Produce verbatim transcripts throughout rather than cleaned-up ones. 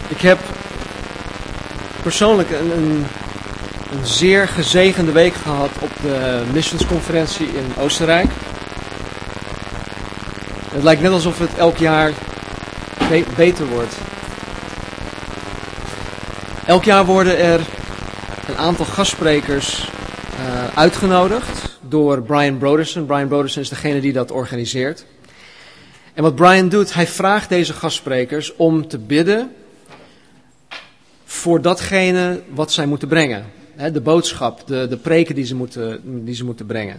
Ik heb persoonlijk een, een, een zeer gezegende week gehad op de missionsconferentie in Oostenrijk. Het lijkt net alsof het elk jaar be- beter wordt. Elk jaar worden er een aantal gastsprekers uh, uitgenodigd door Brian Brodersen. Brian Brodersen is degene die dat organiseert. En wat Brian doet, hij vraagt deze gastsprekers om te bidden voor datgene wat zij moeten brengen. He, de boodschap, de, de preken die ze, moeten, die ze moeten brengen.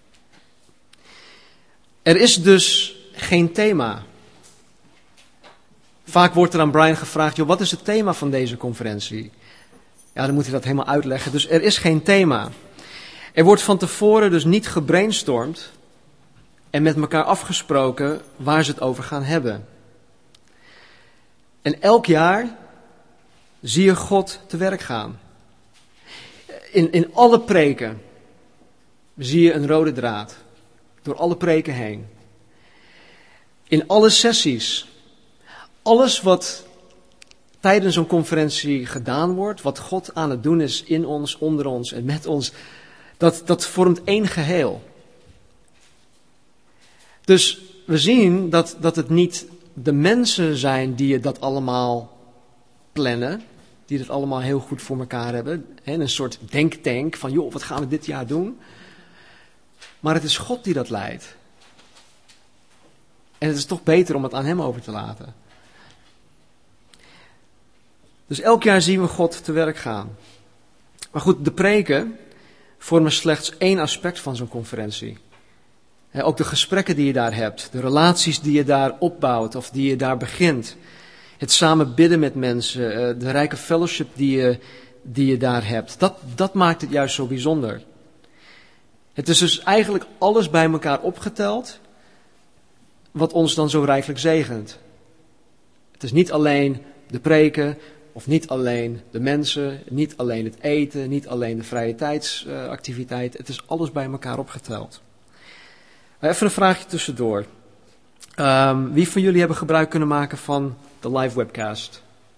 Er is dus geen thema. Vaak wordt er aan Brian gevraagd, joh, wat is het thema van deze conferentie? Ja, dan moet hij dat helemaal uitleggen. Dus er is geen thema. Er wordt van tevoren dus niet gebrainstormd en met elkaar afgesproken waar ze het over gaan hebben. En elk jaar zie je God te werk gaan. In, in alle preken zie je een rode draad. Door alle preken heen. In alle sessies. Alles wat tijdens zo'n conferentie gedaan wordt. Wat God aan het doen is in ons, onder ons en met ons. Dat, dat vormt één geheel. Dus we zien dat, dat het niet de mensen zijn die dat allemaal plannen. Die het allemaal heel goed voor elkaar hebben. En een soort denktank van, joh, wat gaan we dit jaar doen? Maar het is God die dat leidt. En het is toch beter om het aan hem over te laten. Dus elk jaar zien we God te werk gaan. Maar goed, de preken vormen slechts één aspect van zo'n conferentie. He, ook de gesprekken die je daar hebt, de relaties die je daar opbouwt of die je daar begint. Het samen bidden met mensen, de rijke fellowship die je, die je daar hebt. Dat, dat maakt het juist zo bijzonder. Het is dus eigenlijk alles bij elkaar opgeteld wat ons dan zo rijkelijk zegent. Het is niet alleen de preken of niet alleen de mensen, niet alleen het eten, niet alleen de vrije tijdsactiviteit. Het is alles bij elkaar opgeteld. Even een vraagje tussendoor. Um, wie van jullie hebben gebruik kunnen maken van de live webcast?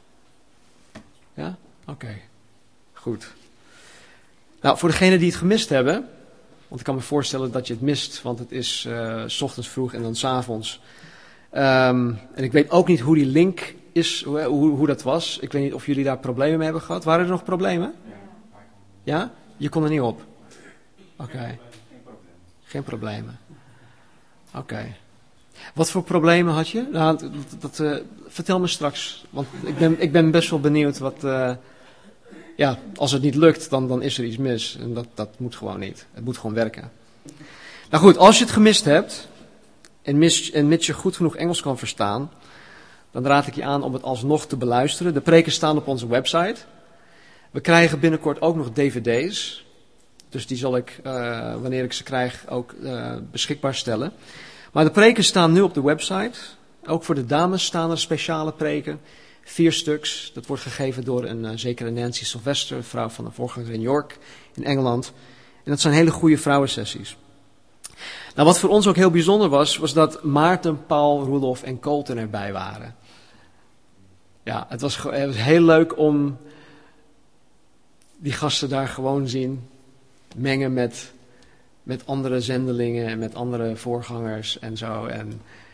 Ja? Oké. Okay. Goed. Nou, voor degenen die het gemist hebben, want ik kan me voorstellen dat je het mist, want het is uh, 's ochtends vroeg en dan 's avonds. Um, en ik weet ook niet hoe die link is, hoe, hoe, hoe dat was. Ik weet niet of jullie daar problemen mee hebben gehad. Waren er nog problemen? Ja? Je kon er niet op? Oké. Okay. Geen problemen. Oké. Okay. Wat voor problemen had je? Nou, dat, dat, uh, vertel me straks, want ik ben, ik ben best wel benieuwd wat... Uh, ja, als het niet lukt, dan, dan is er iets mis. En dat, dat moet gewoon niet. Het moet gewoon werken. Nou goed, als je het gemist hebt, en, mis, en mits je goed genoeg Engels kan verstaan, dan raad ik je aan om het alsnog te beluisteren. De preken staan op onze website. We krijgen binnenkort ook nog D V D's. Dus die zal ik, uh, wanneer ik ze krijg, ook uh, beschikbaar stellen. Maar de preken staan nu op de website. Ook voor de dames staan er speciale preken. Vier stuks. Dat wordt gegeven door een uh, zekere Nancy Sylvester, vrouw van de voorganger in York in Engeland. En dat zijn hele goede vrouwensessies. Nou, wat voor ons ook heel bijzonder was, was dat Maarten, Paul, Roelof en Colton erbij waren. Ja, het was, het was heel leuk om die gasten daar gewoon zien mengen met, met andere zendelingen en met andere voorgangers en zo. En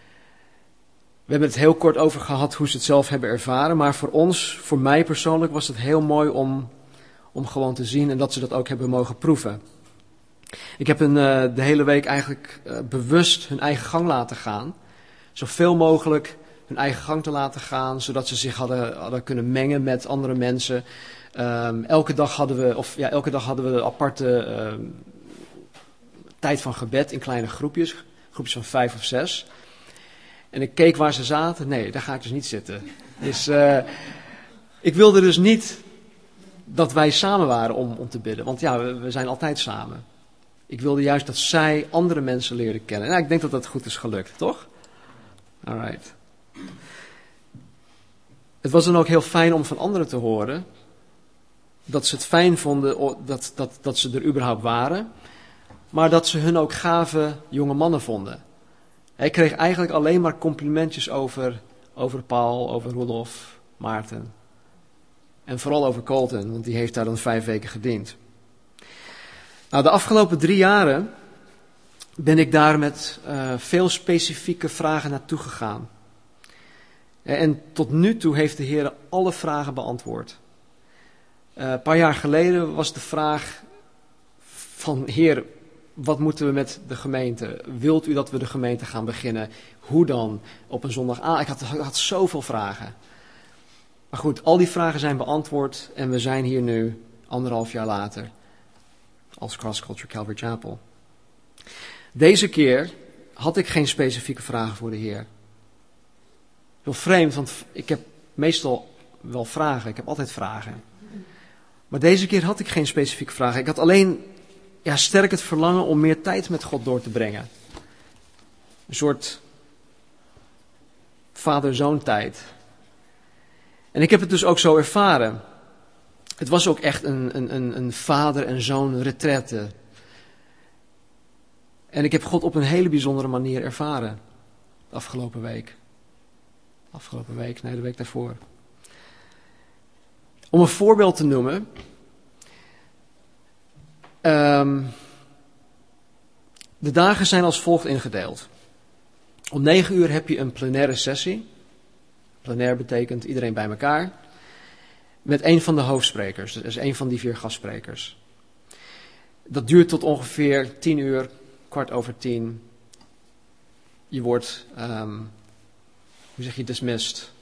we hebben het heel kort over gehad hoe ze het zelf hebben ervaren. Maar voor ons, voor mij persoonlijk, was het heel mooi om, om gewoon te zien en dat ze dat ook hebben mogen proeven. Ik heb hen uh, de hele week eigenlijk uh, bewust hun eigen gang laten gaan. Zoveel mogelijk hun eigen gang te laten gaan, zodat ze zich hadden, hadden kunnen mengen met andere mensen. Um, elke dag hadden we, of ja, elke dag hadden we een aparte uh, tijd van gebed in kleine groepjes, groepjes van vijf of zes. En ik keek waar ze zaten. Nee, daar ga ik dus niet zitten. Dus uh, ik wilde dus niet dat wij samen waren om, om te bidden. Want ja, we, we zijn altijd samen. Ik wilde juist dat zij andere mensen leerden kennen. Nou, ik denk dat dat goed is gelukt, toch? Alright. Het was dan ook heel fijn om van anderen te horen dat ze het fijn vonden dat, dat, dat ze er überhaupt waren. Maar dat ze hun ook gave jonge mannen vonden. Hij kreeg eigenlijk alleen maar complimentjes over, over Paul, over Roelof, Maarten En vooral over Colton, want die heeft daar dan vijf weken gediend. Nou, de afgelopen drie jaren ben ik daar met uh, veel specifieke vragen naartoe gegaan. En tot nu toe heeft de Heer alle vragen beantwoord. Uh, een paar jaar geleden was de vraag van, Heer, wat moeten we met de gemeente? Wilt u dat we de gemeente gaan beginnen? Hoe dan? Op een zondag aan. Ik had, ik had zoveel vragen. Maar goed, al die vragen zijn beantwoord en we zijn hier nu anderhalf jaar later als Cross Culture Calvary Chapel. Deze keer had ik geen specifieke vragen voor de Heer. Heel vreemd, want ik heb meestal wel vragen. Ik heb altijd vragen. Maar deze keer had ik geen specifieke vragen. Ik had alleen ja, sterk het verlangen om meer tijd met God door te brengen. Een soort vader-zoon tijd. En ik heb het dus ook zo ervaren. Het was ook echt een, een, een, een vader- en zoon-retraite. En ik heb God op een hele bijzondere manier ervaren. De afgelopen week. Afgelopen week, nee, de week daarvoor. Om een voorbeeld te noemen. Um, de dagen zijn als volgt ingedeeld. Om negen uur heb je een plenaire sessie. Plenair betekent iedereen bij elkaar. Met een van de hoofdsprekers. Dus een van die vier gastsprekers. Dat duurt tot ongeveer tien uur, kwart over tien. Je wordt, um, hoe zeg je, dismissed.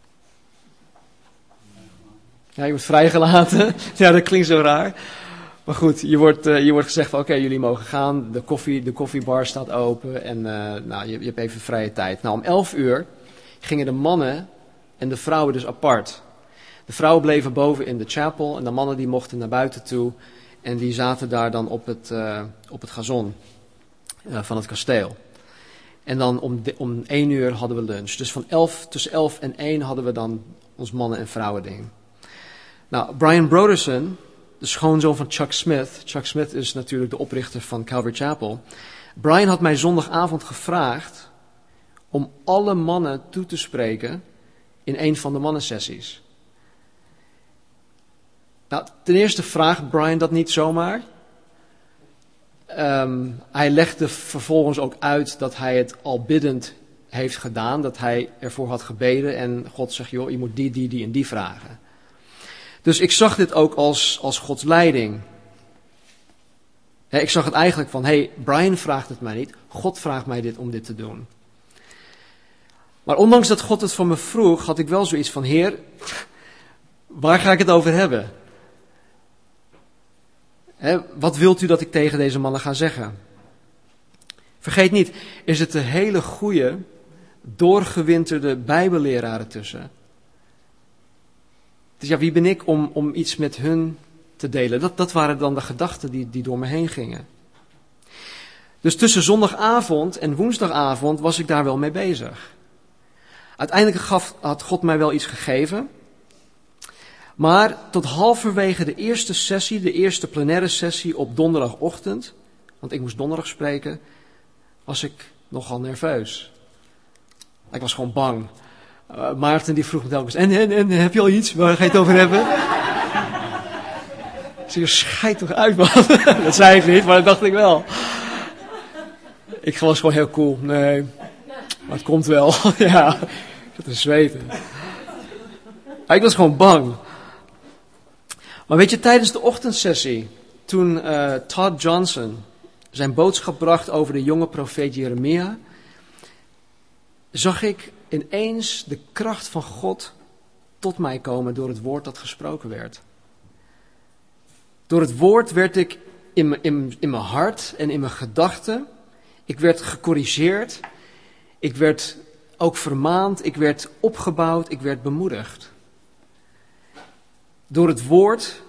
Ja, je wordt vrijgelaten. Ja, dat klinkt zo raar. Maar goed, je wordt, uh, je wordt gezegd van oké, okay, jullie mogen gaan. De, koffie, de koffiebar staat open en uh, nou, je, je hebt even vrije tijd. Nou, om elf uur gingen de mannen en de vrouwen dus apart. De vrouwen bleven boven in de chapel en de mannen die mochten naar buiten toe. En die zaten daar dan op het, uh, op het gazon uh, van het kasteel. En dan om, de, om één uur hadden we lunch. Dus van elf, tussen elf en één hadden we dan ons mannen- en vrouwen ding. Nou, Brian Broderson, de schoonzoon van Chuck Smith. Chuck Smith is natuurlijk de oprichter van Calvary Chapel. Brian had mij zondagavond gevraagd om alle mannen toe te spreken in een van de mannensessies. Nou, ten eerste vraagt Brian dat niet zomaar. Um, hij legde vervolgens ook uit dat hij het al biddend heeft gedaan. Dat hij ervoor had gebeden en God zegt, joh, je moet die, die, die en die vragen. Dus ik zag dit ook als, als Gods leiding. He, ik zag het eigenlijk van, hé, hey, Brian vraagt het mij niet. God vraagt mij dit om dit te doen. Maar ondanks dat God het van me vroeg, had ik wel zoiets van, Heer, waar ga ik het over hebben? He, wat wilt u dat ik tegen deze mannen ga zeggen? Vergeet niet, er zitten hele goede, doorgewinterde bijbelleraren tussen. Dus ja, wie ben ik om, om iets met hun te delen? Dat, dat waren dan de gedachten die, die door me heen gingen. Dus tussen zondagavond en woensdagavond was ik daar wel mee bezig. Uiteindelijk gaf, had God mij wel iets gegeven. Maar tot halverwege de eerste sessie, de eerste plenaire sessie op donderdagochtend, want ik moest donderdag spreken, was ik nogal nerveus. Ik was gewoon bang. Uh, Maarten die vroeg me telkens, en, en, en, heb je al iets? Waar ga je het over hebben? Ik zei, schijt toch uit, man. Dat zei ik niet, maar dat dacht ik wel. Ik was gewoon heel cool. Nee, maar het komt wel. Ja, ik zat te zweten. Maar ik was gewoon bang. Maar weet je, tijdens de ochtendsessie, toen uh, Todd Johnson zijn boodschap bracht over de jonge profeet Jeremia, zag ik ineens de kracht van God tot mij komen door het woord dat gesproken werd. Door het woord werd ik in, m- in, in mijn hart en in mijn gedachten, ik werd gecorrigeerd, ik werd ook vermaand, ik werd opgebouwd, ik werd bemoedigd. Door het woord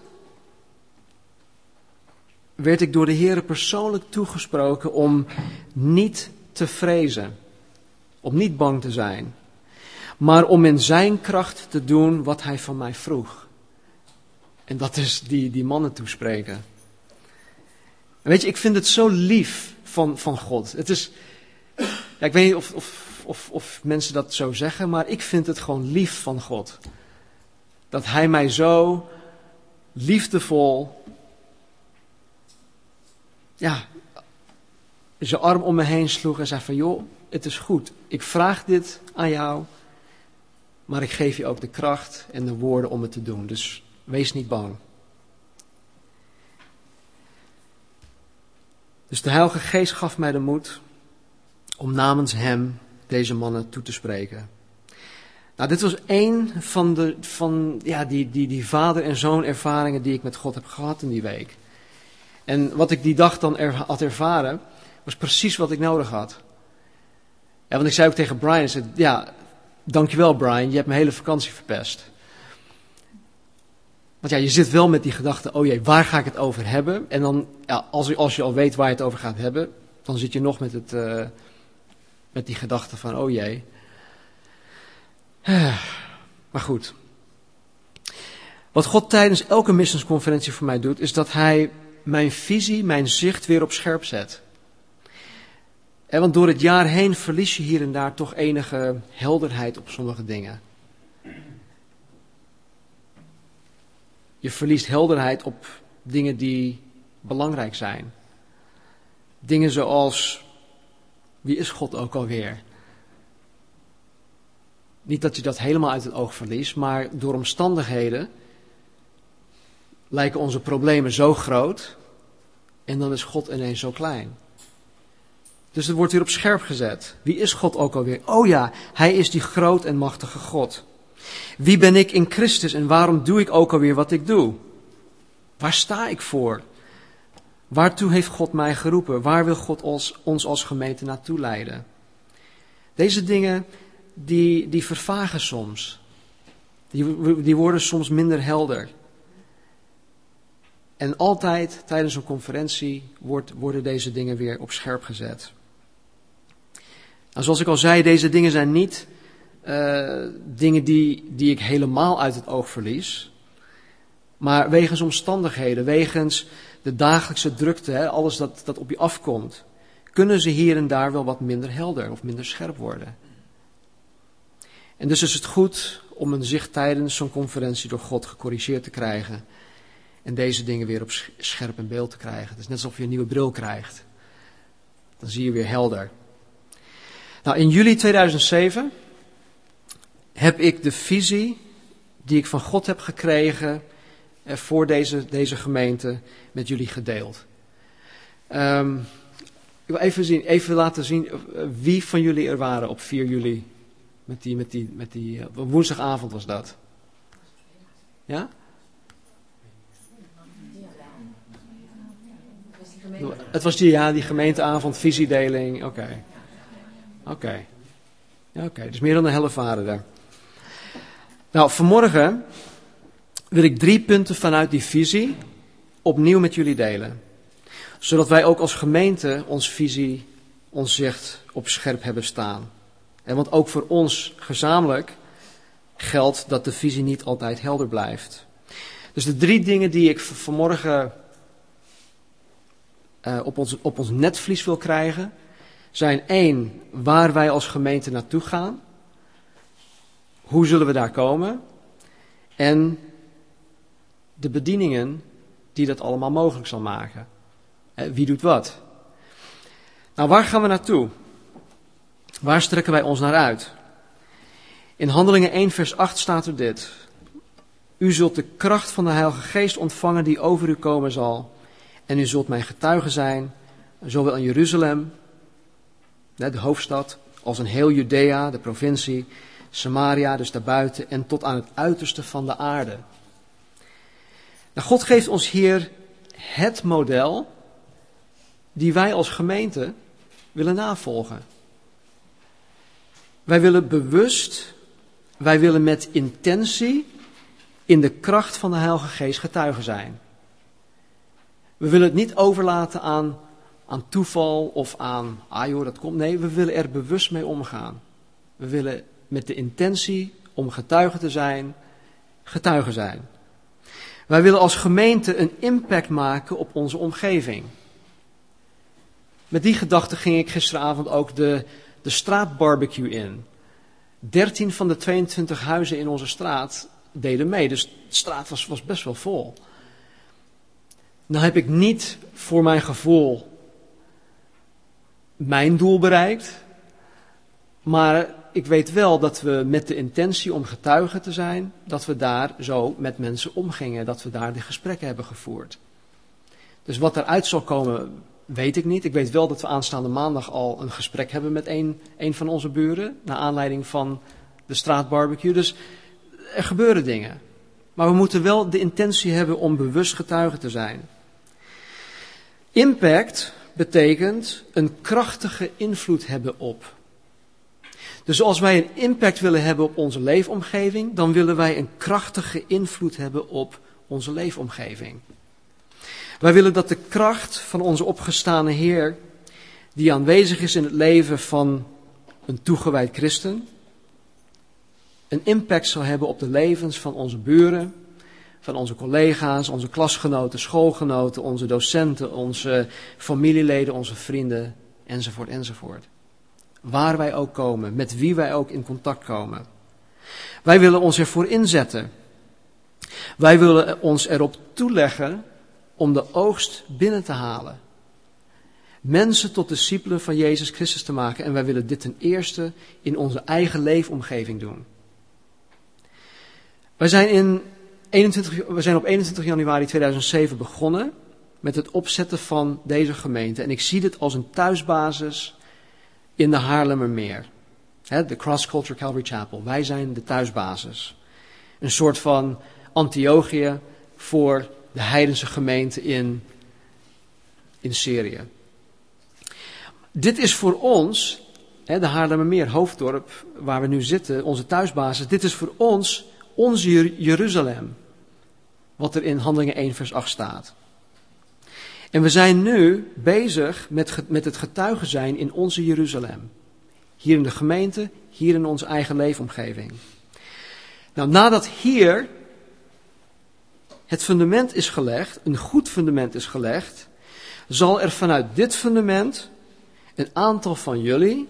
werd ik door de Heere persoonlijk toegesproken om niet te vrezen. Om niet bang te zijn. Maar om in zijn kracht te doen wat hij van mij vroeg. En dat is die, die mannen toespreken. En weet je, ik vind het zo lief van, van God. Het is, ja, ik weet niet of, of, of, of mensen dat zo zeggen, maar ik vind het gewoon lief van God. Dat hij mij zo liefdevol, ja, zijn arm om me heen sloeg en zei van, joh, het is goed. Ik vraag dit aan jou, maar ik geef je ook de kracht en de woorden om het te doen. Dus wees niet bang. Dus de Heilige Geest gaf mij de moed om namens hem deze mannen toe te spreken. Nou, dit was één van, de, van ja, die, die, die vader- en zoon ervaringen die ik met God heb gehad in die week. En wat ik die dag dan er, had ervaren, was precies wat ik nodig had. Ja, want ik zei ook tegen Brian, ik zei, ja, dankjewel Brian, je hebt mijn hele vakantie verpest. Want ja, je zit wel met die gedachte, oh jee, waar ga ik het over hebben? En dan, ja, als, als je al weet waar je het over gaat hebben, dan zit je nog met, het, uh, met die gedachte van, oh jee. Maar goed. Wat God tijdens elke missionsconferentie voor mij doet, is dat hij mijn visie, mijn zicht weer op scherp zet. En want door het jaar heen verlies je hier en daar toch enige helderheid op sommige dingen. Je verliest helderheid op dingen die belangrijk zijn. Dingen zoals, wie is God ook alweer? Niet dat je dat helemaal uit het oog verliest, maar door omstandigheden lijken onze problemen zo groot en dan is God ineens zo klein. Dus het wordt weer op scherp gezet. Wie is God ook alweer? Oh ja, hij is die groot en machtige God. Wie ben ik in Christus en waarom doe ik ook alweer wat ik doe? Waar sta ik voor? Waartoe heeft God mij geroepen? Waar wil God ons, ons als gemeente naartoe leiden? Deze dingen, die, die vervagen soms. Die, die worden soms minder helder. En altijd tijdens een conferentie wordt, worden deze dingen weer op scherp gezet. Nou, zoals ik al zei, deze dingen zijn niet uh, dingen die, die ik helemaal uit het oog verlies. Maar wegens omstandigheden, wegens de dagelijkse drukte, hè, alles dat, dat op je afkomt, kunnen ze hier en daar wel wat minder helder of minder scherp worden. En dus is het goed om een zicht tijdens zo'n conferentie door God gecorrigeerd te krijgen. En deze dingen weer op scherp in beeld te krijgen. Het is net alsof je een nieuwe bril krijgt. Dan zie je weer helder. Nou, in juli tweeduizend zeven heb ik de visie die ik van God heb gekregen voor deze, deze gemeente met jullie gedeeld. Um, ik wil even, zien, even laten zien wie van jullie er waren op vier juli. Met die, met die, met die, woensdagavond was dat. Ja? Het was die, ja, die gemeenteavond, visiedeling. Oké. Okay. Oké. Okay. Ja, oké, okay. Dus meer dan de helft waren er. Nou, vanmorgen wil ik drie punten vanuit die visie opnieuw met jullie delen. Zodat wij ook als gemeente ons visie, ons zicht op scherp hebben staan. En want ook voor ons gezamenlijk geldt dat de visie niet altijd helder blijft. Dus de drie dingen die ik vanmorgen uh, op, ons, op ons netvlies wil krijgen, zijn één, waar wij als gemeente naartoe gaan. Hoe zullen we daar komen? En de bedieningen die dat allemaal mogelijk zal maken. Wie doet wat? Nou, waar gaan we naartoe? Waar strekken wij ons naar uit? In Handelingen één vers acht staat er dit. U zult de kracht van de Heilige Geest ontvangen die over u komen zal. En u zult mijn getuige zijn, zowel in Jeruzalem, de hoofdstad, als in heel Judea, de provincie, Samaria, dus daarbuiten, en tot aan het uiterste van de aarde. Nou, God geeft ons hier het model die wij als gemeente willen navolgen. Wij willen bewust, wij willen met intentie in de kracht van de Heilige Geest getuigen zijn. We willen het niet overlaten aan, aan toeval of aan, ah joh, dat komt. Nee, we willen er bewust mee omgaan. We willen met de intentie om getuige te zijn, getuigen zijn. Wij willen als gemeente een impact maken op onze omgeving. Met die gedachte ging ik gisteravond ook de, de straatbarbecue in. dertien van de tweeëntwintig huizen in onze straat deden mee. Dus de straat was, was best wel vol. Nou heb ik niet voor mijn gevoel mijn doel bereikt. Maar ik weet wel dat we met de intentie om getuige te zijn, dat we daar zo met mensen omgingen. Dat we daar de gesprekken hebben gevoerd. Dus wat eruit zal komen, weet ik niet. Ik weet wel dat we aanstaande maandag al een gesprek hebben met een, een van onze buren. Naar aanleiding van de straatbarbecue. Dus er gebeuren dingen. Maar we moeten wel de intentie hebben om bewust getuige te zijn. Impact betekent een krachtige invloed hebben op. Dus als wij een impact willen hebben op onze leefomgeving, dan willen wij een krachtige invloed hebben op onze leefomgeving. Wij willen dat de kracht van onze opgestane Heer, die aanwezig is in het leven van een toegewijd christen, een impact zal hebben op de levens van onze buren, van onze collega's, onze klasgenoten, schoolgenoten, onze docenten, onze familieleden, onze vrienden, enzovoort, enzovoort. Waar wij ook komen, met wie wij ook in contact komen. Wij willen ons ervoor inzetten. Wij willen ons erop toeleggen om de oogst binnen te halen. Mensen tot discipelen van Jezus Christus te maken. En wij willen dit ten eerste in onze eigen leefomgeving doen. Wij zijn, in eenentwintig, we zijn op eenentwintig januari tweeduizend zeven begonnen met het opzetten van deze gemeente. En ik zie dit als een thuisbasis in de Haarlemmermeer. De Cross Culture Calvary Chapel. Wij zijn de thuisbasis. Een soort van Antiochië voor de heidense gemeente in, in Syrië. Dit is voor ons, de Haarlemmermeer, hoofddorp, waar we nu zitten, onze thuisbasis. Dit is voor ons onze Jeruzalem. Wat er in Handelingen één vers acht staat. En we zijn nu bezig met, met het getuigen zijn in onze Jeruzalem. Hier in de gemeente, hier in onze eigen leefomgeving. Nou, nadat hier het fundament is gelegd, een goed fundament is gelegd, zal er vanuit dit fundament een aantal van jullie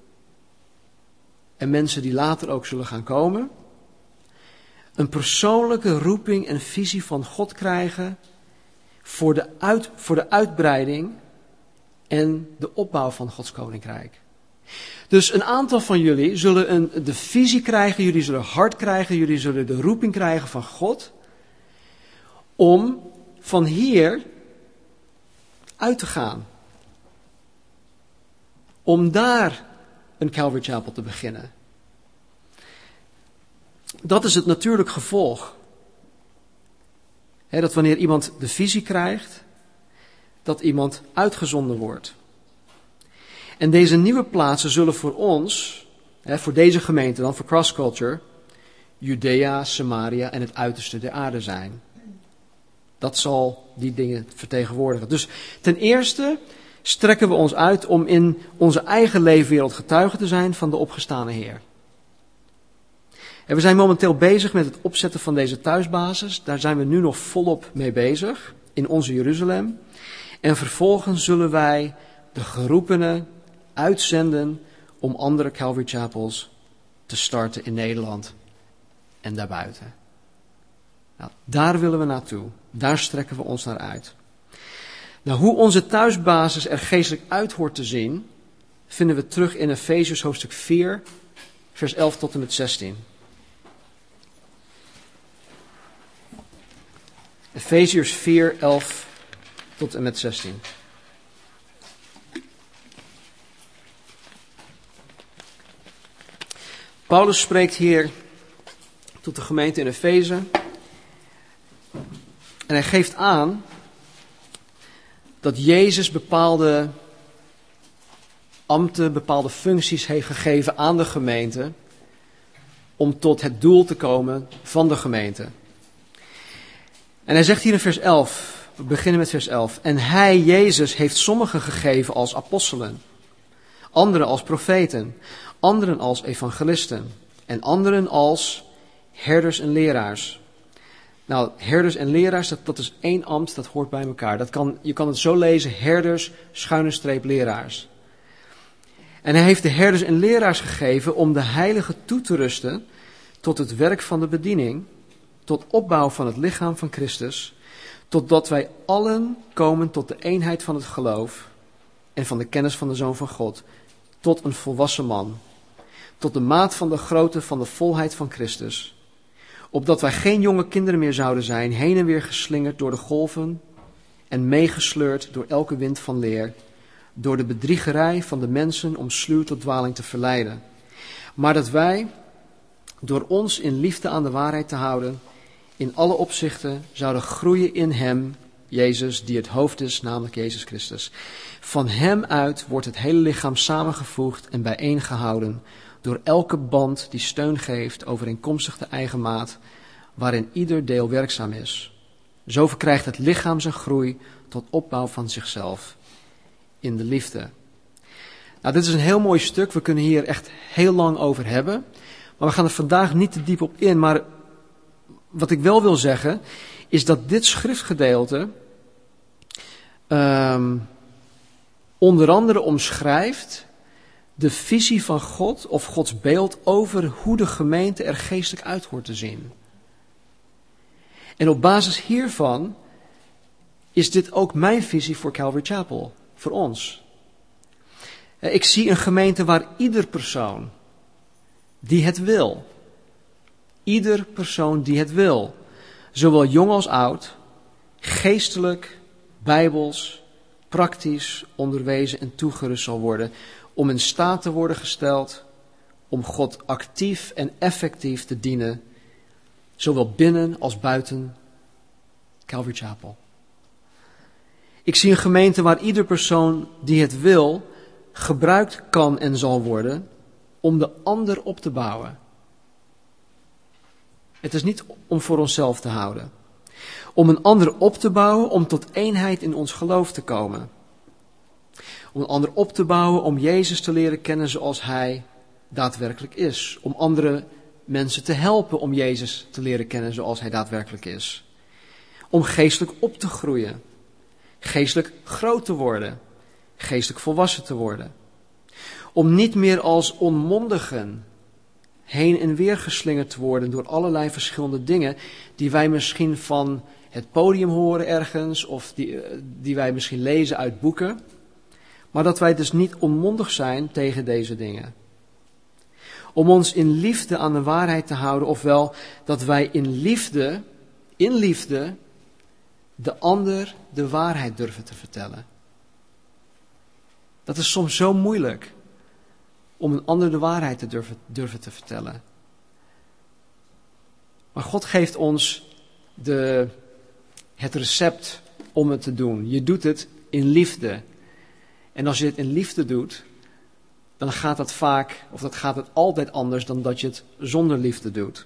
en mensen die later ook zullen gaan komen, een persoonlijke roeping en visie van God krijgen voor de, uit, voor de uitbreiding en de opbouw van Gods koninkrijk. Dus een aantal van jullie zullen een, de visie krijgen, jullie zullen hart krijgen, jullie zullen de roeping krijgen van God, om van hier uit te gaan. Om daar een Calvary Chapel te beginnen. Dat is het natuurlijk gevolg. He, dat wanneer iemand de visie krijgt, dat iemand uitgezonden wordt. En deze nieuwe plaatsen zullen voor ons, he, voor deze gemeente dan, voor Cross Culture, Judea, Samaria en het uiterste der aarde zijn. Dat zal die dingen vertegenwoordigen. Dus ten eerste strekken we ons uit om in onze eigen leefwereld getuige te zijn van de opgestane Heer. En we zijn momenteel bezig met het opzetten van deze thuisbasis. Daar zijn we nu nog volop mee bezig, in onze Jeruzalem. En vervolgens zullen wij de geroepenen uitzenden om andere Calvary Chapels te starten in Nederland en daarbuiten. Nou, daar willen we naartoe. Daar strekken we ons naar uit. Nou, hoe onze thuisbasis er geestelijk uit hoort te zien, vinden we terug in Efeziërs hoofdstuk vier, vers elf tot en met zestien. Efeziërs vier, elf tot en met zestien. Paulus spreekt hier tot de gemeente in Efeze. En hij geeft aan dat Jezus bepaalde ambten, bepaalde functies heeft gegeven aan de gemeente om tot het doel te komen van de gemeente. En hij zegt hier in vers elf, we beginnen met vers elf. En hij, Jezus, heeft sommigen gegeven als apostelen, anderen als profeten, anderen als evangelisten en anderen als herders en leraars. Nou, herders en leraars, dat, dat is één ambt, dat hoort bij elkaar. Dat kan, je kan het zo lezen, herders, schuine streep, leraars. En hij heeft de herders en leraars gegeven om de heiligen toe te rusten tot het werk van de bediening, tot opbouw van het lichaam van Christus, totdat wij allen komen tot de eenheid van het geloof en van de kennis van de Zoon van God, tot een volwassen man, tot de maat van de grootte van de volheid van Christus, opdat wij geen jonge kinderen meer zouden zijn, heen en weer geslingerd door de golven en meegesleurd door elke wind van leer, door de bedriegerij van de mensen om sluw tot dwaling te verleiden. Maar dat wij, door ons in liefde aan de waarheid te houden, in alle opzichten zouden groeien in hem, Jezus, die het hoofd is, namelijk Jezus Christus. Van hem uit wordt het hele lichaam samengevoegd en bijeengehouden door elke band die steun geeft overeenkomstig de eigen maat, waarin ieder deel werkzaam is. Zo verkrijgt het lichaam zijn groei tot opbouw van zichzelf in de liefde. Nou, dit is een heel mooi stuk. We kunnen hier echt heel lang over hebben. Maar we gaan er vandaag niet te diep op in. Maar wat ik wel wil zeggen, is dat dit schriftgedeelte um, onder andere omschrijft de visie van God of Gods beeld over hoe de gemeente er geestelijk uit hoort te zien. En op basis hiervan is dit ook mijn visie voor Calvary Chapel, voor ons. Ik zie een gemeente waar ieder persoon die het wil, ieder persoon die het wil, zowel jong als oud, geestelijk, bijbels, praktisch onderwezen en toegerust zal worden om in staat te worden gesteld om God actief en effectief te dienen, zowel binnen als buiten Calvary Chapel. Ik zie een gemeente waar ieder persoon die het wil gebruikt kan en zal worden om de ander op te bouwen. Het is niet om voor onszelf te houden. Om een ander op te bouwen, om tot eenheid in ons geloof te komen. Om een ander op te bouwen, om Jezus te leren kennen zoals Hij daadwerkelijk is. Om andere mensen te helpen om Jezus te leren kennen zoals Hij daadwerkelijk is. Om geestelijk op te groeien. Geestelijk groot te worden. Geestelijk volwassen te worden. Om niet meer als onmondigen heen en weer geslingerd te worden door allerlei verschillende dingen die wij misschien van het podium horen ergens of die, die wij misschien lezen uit boeken. Maar dat wij dus niet onmondig zijn tegen deze dingen. Om ons in liefde aan de waarheid te houden, ofwel dat wij in liefde, in liefde, de ander de waarheid durven te vertellen. Dat is soms zo moeilijk, om een ander de waarheid te durven, durven te vertellen. Maar God geeft ons de, het recept om het te doen. Je doet het in liefde. En als je het in liefde doet, dan gaat dat vaak, of dat gaat het altijd anders dan dat je het zonder liefde doet.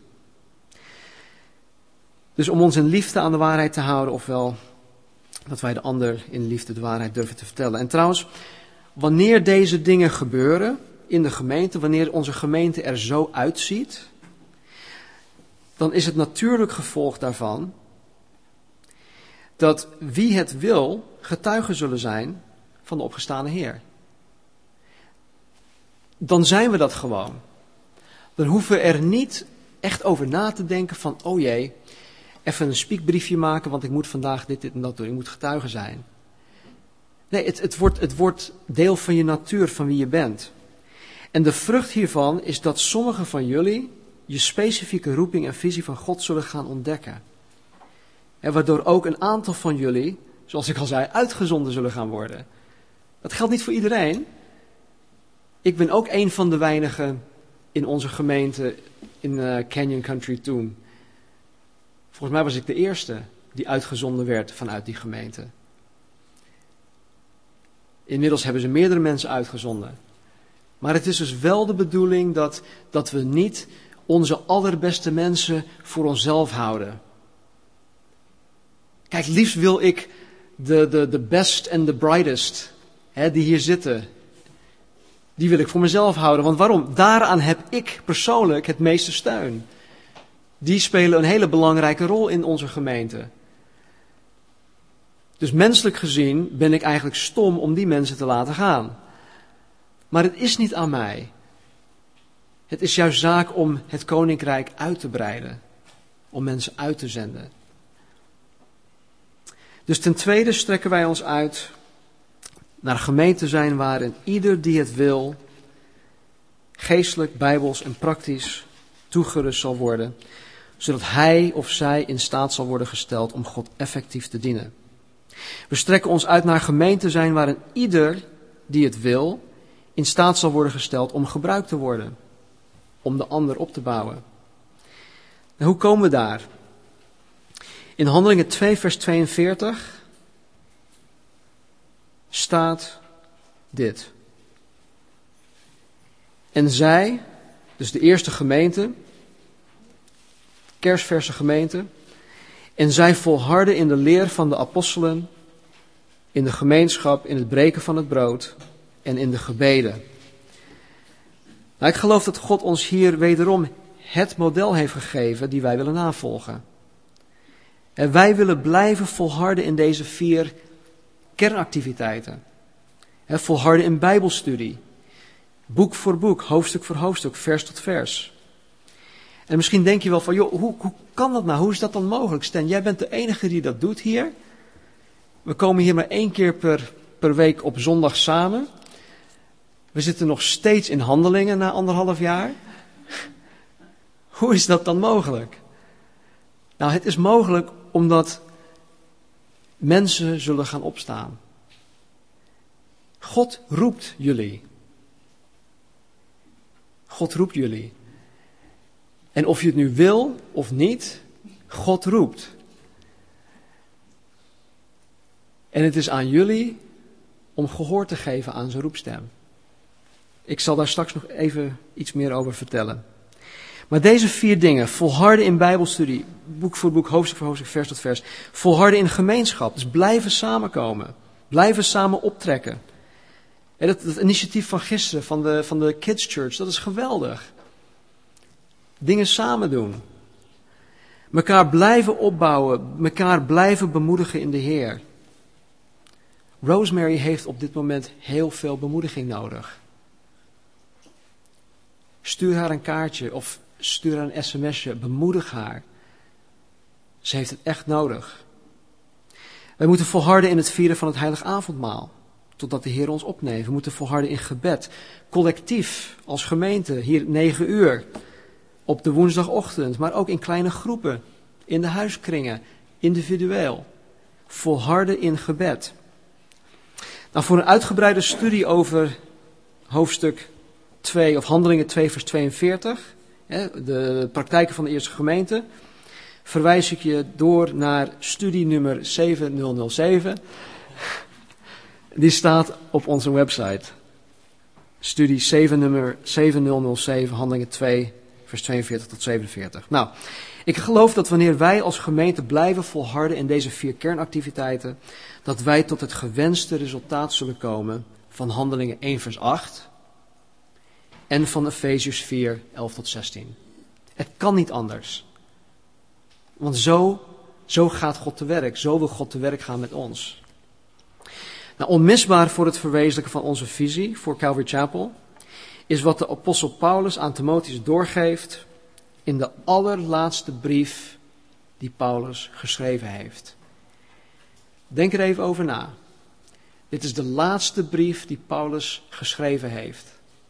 Dus om ons in liefde aan de waarheid te houden, ofwel dat wij de ander in liefde de waarheid durven te vertellen. En trouwens, wanneer deze dingen gebeuren in de gemeente, wanneer onze gemeente er zo uitziet, dan is het natuurlijk gevolg daarvan dat wie het wil getuigen zullen zijn van de opgestane Heer. Dan zijn we dat gewoon. Dan hoeven we er niet echt over na te denken van, oh jee, even een spiekbriefje maken, want ik moet vandaag dit, dit en dat doen. Ik moet getuige zijn. Nee, het, het, wordt, het wordt deel van je natuur, van wie je bent. En de vrucht hiervan is dat sommigen van jullie je specifieke roeping en visie van God zullen gaan ontdekken. En waardoor ook een aantal van jullie, zoals ik al zei, uitgezonden zullen gaan worden. Dat geldt niet voor iedereen. Ik ben ook een van de weinigen in onze gemeente in uh, Canyon Country toen. Volgens mij was ik de eerste die uitgezonden werd vanuit die gemeente. Inmiddels hebben ze meerdere mensen uitgezonden. Maar het is dus wel de bedoeling dat, dat we niet onze allerbeste mensen voor onszelf houden. Kijk, liefst wil ik de, de, de best en de brightest, hè, die hier zitten, die wil ik voor mezelf houden. Want waarom? Daaraan heb ik persoonlijk het meeste steun. Die spelen een hele belangrijke rol in onze gemeente. Dus menselijk gezien ben ik eigenlijk stom om die mensen te laten gaan. Maar het is niet aan mij. Het is juist zaak om het koninkrijk uit te breiden. om mensen uit te zenden. Dus ten tweede strekken wij ons uit naar een gemeente zijn waarin ieder die het wil, geestelijk, bijbels en praktisch toegerust zal worden, zodat hij of zij in staat zal worden gesteld om God effectief te dienen. We strekken ons uit naar gemeente zijn waarin ieder die het wil in staat zal worden gesteld om gebruikt te worden, om de ander op te bouwen. En hoe komen we daar? In Handelingen twee vers tweeënveertig staat dit. En zij, dus de eerste gemeente, kersverse gemeente, en zij volharden in de leer van de apostelen, in de gemeenschap, in het breken van het brood en in de gebeden. Nou, ik geloof dat God ons hier wederom het model heeft gegeven die wij willen navolgen. En wij willen blijven volharden in deze vier kernactiviteiten. He, volharden in bijbelstudie. Boek voor boek, hoofdstuk voor hoofdstuk, vers tot vers. En misschien denk je wel van, joh, hoe, hoe kan dat nou? Hoe is dat dan mogelijk? Stan, jij bent de enige die dat doet hier. We komen hier maar één keer per, per week op zondag samen. We zitten nog steeds in Handelingen na anderhalf jaar. Hoe is dat dan mogelijk? Nou, het is mogelijk omdat mensen zullen gaan opstaan. God roept jullie. God roept jullie. En of je het nu wil of niet, God roept. En het is aan jullie om gehoor te geven aan zijn roepstem. Ik zal daar straks nog even iets meer over vertellen. Maar deze vier dingen, volharden in bijbelstudie, boek voor boek, hoofdstuk voor hoofdstuk, vers tot vers. Volharden in gemeenschap, dus blijven samenkomen. Blijven samen optrekken. En dat, dat initiatief van gisteren, van de, van de Kids Church, dat is geweldig. Dingen samen doen. Mekaar blijven opbouwen, mekaar blijven bemoedigen in de Heer. Rosemary heeft op dit moment heel veel bemoediging nodig. Stuur haar een kaartje of stuur haar een sms'je, bemoedig haar. Ze heeft het echt nodig. Wij moeten volharden in het vieren van het heilig avondmaal, totdat de Heer ons opneemt. We moeten volharden in gebed, collectief, als gemeente, hier negen uur, op de woensdagochtend, maar ook in kleine groepen, in de huiskringen, individueel. Volharden in gebed. Nou, voor een uitgebreide studie over hoofdstuk twee, of Handelingen twee vers tweeënveertig, hè, de praktijken van de eerste gemeente, verwijs ik je door naar studie nummer zeven nul nul zeven. Die staat op onze website. Studie zeven nummer zeven nul nul zeven, Handelingen twee vers tweeënveertig tot zevenenveertig. Nou, ik geloof dat wanneer wij als gemeente blijven volharden in deze vier kernactiviteiten, dat wij tot het gewenste resultaat zullen komen van Handelingen één vers acht en van Efeziërs vier, elf tot zestien. Het kan niet anders. Want zo, zo gaat God te werk. Zo wil God te werk gaan met ons. Nou, onmisbaar voor het verwezenlijken van onze visie voor Calvary Chapel is wat de apostel Paulus aan Timotheus doorgeeft in de allerlaatste brief die Paulus geschreven heeft. Denk er even over na. Dit is de laatste brief die Paulus geschreven heeft.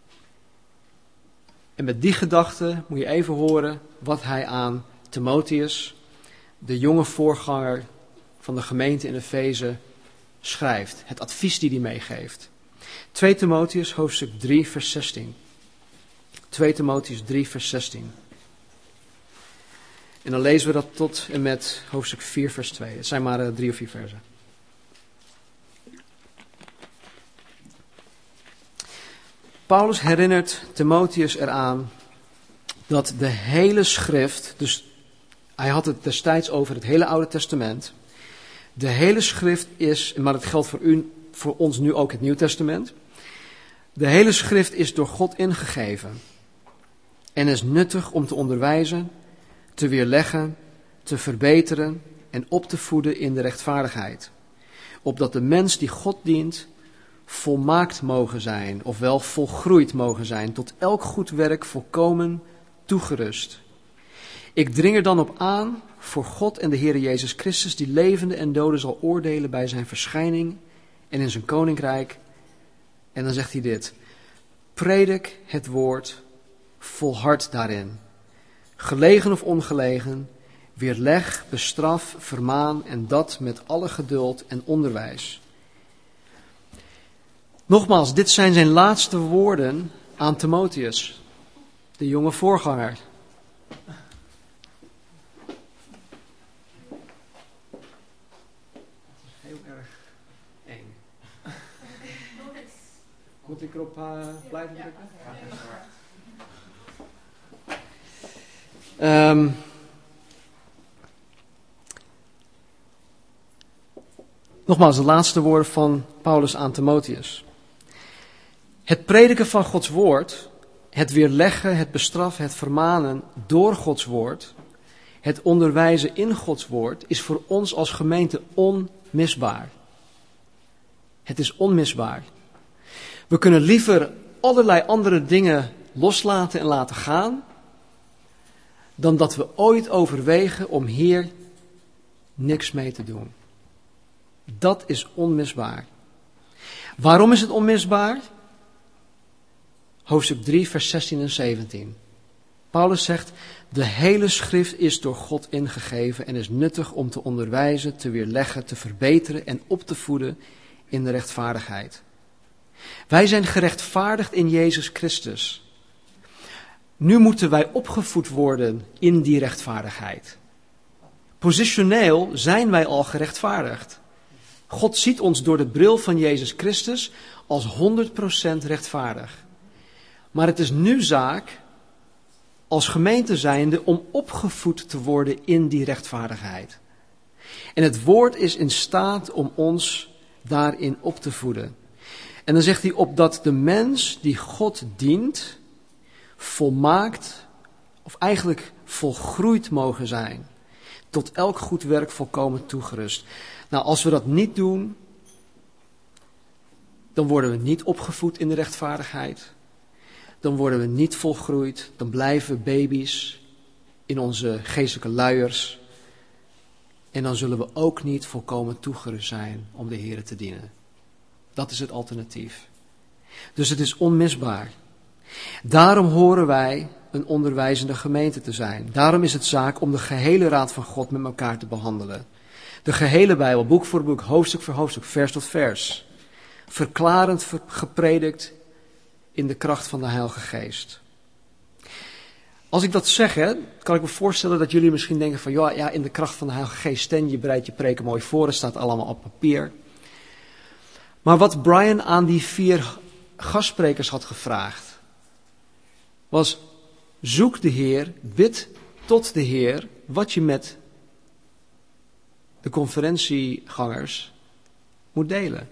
En met die gedachte moet je even horen wat hij aan Timotheus, de jonge voorganger van de gemeente in Efeze, schrijft. Het advies die hij meegeeft. twee Timotheus hoofdstuk drie vers zestien. twee Timotheus drie vers zestien. En dan lezen we dat tot en met hoofdstuk vier vers twee. Het zijn maar uh, drie of vier versen. Paulus herinnert Timotheus eraan dat de hele schrift, dus hij had het destijds over het hele Oude Testament. De hele schrift is, maar het geldt voor u, voor ons nu ook het Nieuw Testament. De hele schrift is door God ingegeven en is nuttig om te onderwijzen, te weerleggen, te verbeteren en op te voeden in de rechtvaardigheid. Opdat de mens die God dient volmaakt mogen zijn, ofwel volgroeid mogen zijn, tot elk goed werk volkomen toegerust. Ik dring er dan op aan voor God en de Heere Jezus Christus, die levenden en doden zal oordelen bij zijn verschijning en in zijn koninkrijk. En dan zegt hij dit: predik het woord, volhard daarin. Gelegen of ongelegen, weerleg, bestraf, vermaan en dat met alle geduld en onderwijs. Nogmaals, dit zijn zijn laatste woorden aan Timotheus, de jonge voorganger. Heel erg eng. Moet ik erop uh, blijven drukken? Um, nogmaals, de laatste woorden van Paulus aan Timotheus. Het prediken van Gods woord, het weerleggen, het bestraffen, het vermanen door Gods woord, het onderwijzen in Gods woord, is voor ons als gemeente onmisbaar. Het is onmisbaar. We kunnen liever allerlei andere dingen loslaten en laten gaan, dan dat we ooit overwegen om hier niks mee te doen. Dat is onmisbaar. Waarom is het onmisbaar? Hoofdstuk drie, vers zestien en zeventien. Paulus zegt: de hele schrift is door God ingegeven en is nuttig om te onderwijzen, te weerleggen, te verbeteren en op te voeden in de rechtvaardigheid. Wij zijn gerechtvaardigd in Jezus Christus. Nu moeten wij opgevoed worden in die rechtvaardigheid. Positioneel zijn wij al gerechtvaardigd. God ziet ons door de bril van Jezus Christus als honderd procent rechtvaardig. Maar het is nu zaak, als gemeente zijnde, om opgevoed te worden in die rechtvaardigheid. En het woord is in staat om ons daarin op te voeden. En dan zegt hij: opdat de mens die God dient, volmaakt, of eigenlijk volgroeid mogen zijn. Tot elk goed werk volkomen toegerust. Nou, als we dat niet doen, dan worden we niet opgevoed in de rechtvaardigheid. Dan worden we niet volgroeid. Dan blijven we baby's in onze geestelijke luiers. En dan zullen we ook niet volkomen toegerust zijn om de Heere te dienen. Dat is het alternatief. Dus het is onmisbaar. Daarom horen wij een onderwijzende gemeente te zijn. Daarom is het zaak om de gehele raad van God met elkaar te behandelen. De gehele Bijbel, boek voor boek, hoofdstuk voor hoofdstuk, vers tot vers. Verklarend gepredikt in de kracht van de Heilige Geest. Als ik dat zeg, hè, kan ik me voorstellen dat jullie misschien denken van, ja, ja, in de kracht van de Heilige Geest, Stan, je bereidt je preken mooi voor, het staat allemaal op papier. Maar wat Brian aan die vier gastsprekers had gevraagd, was: zoek de Heer, bid tot de Heer wat je met de conferentiegangers moet delen.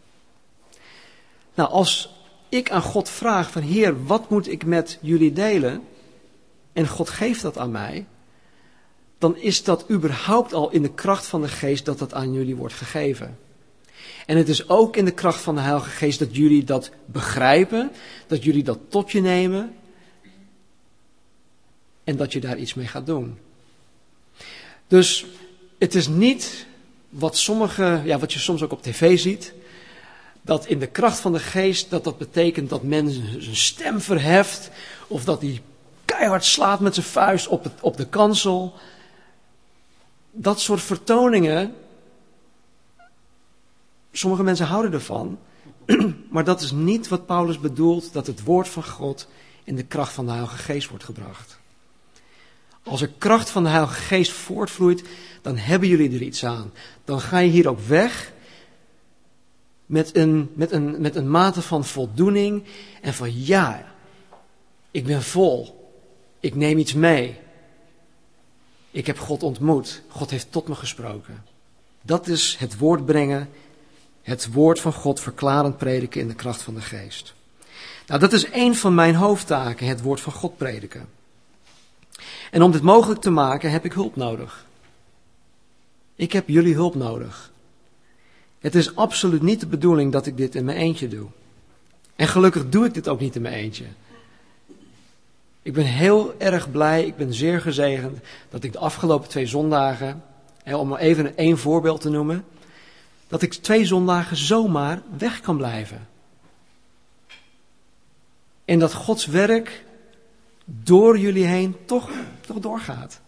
Nou, als ik aan God vraag van: Heer, wat moet ik met jullie delen? En God geeft dat aan mij, dan is dat überhaupt al in de kracht van de Geest dat dat aan jullie wordt gegeven. En het is ook in de kracht van de Heilige Geest dat jullie dat begrijpen, dat jullie dat tot je nemen en dat je daar iets mee gaat doen. Dus het is niet wat sommige, ja, wat je soms ook op tv ziet, dat in de kracht van de Geest, dat dat betekent dat men zijn stem verheft of dat hij keihard slaat met zijn vuist op, het, op de kansel. Dat soort vertoningen, sommige mensen houden ervan, maar dat is niet wat Paulus bedoelt, dat het woord van God in de kracht van de Heilige Geest wordt gebracht. Als er kracht van de Heilige Geest voortvloeit, dan hebben jullie er iets aan. Dan ga je hier ook weg met een, met een, met een mate van voldoening en van ja, ik ben vol. Ik neem iets mee. Ik heb God ontmoet. God heeft tot me gesproken. Dat is het woord brengen, het woord van God verklarend prediken in de kracht van de Geest. Nou, dat is een van mijn hoofdtaken, het woord van God prediken. En om dit mogelijk te maken heb ik hulp nodig. Ik heb jullie hulp nodig. Het is absoluut niet de bedoeling dat ik dit in mijn eentje doe. En gelukkig doe ik dit ook niet in mijn eentje. Ik ben heel erg blij, ik ben zeer gezegend dat ik de afgelopen twee zondagen, om maar even één voorbeeld te noemen, dat ik twee zondagen zomaar weg kan blijven. En dat Gods werk door jullie heen toch, toch doorgaat.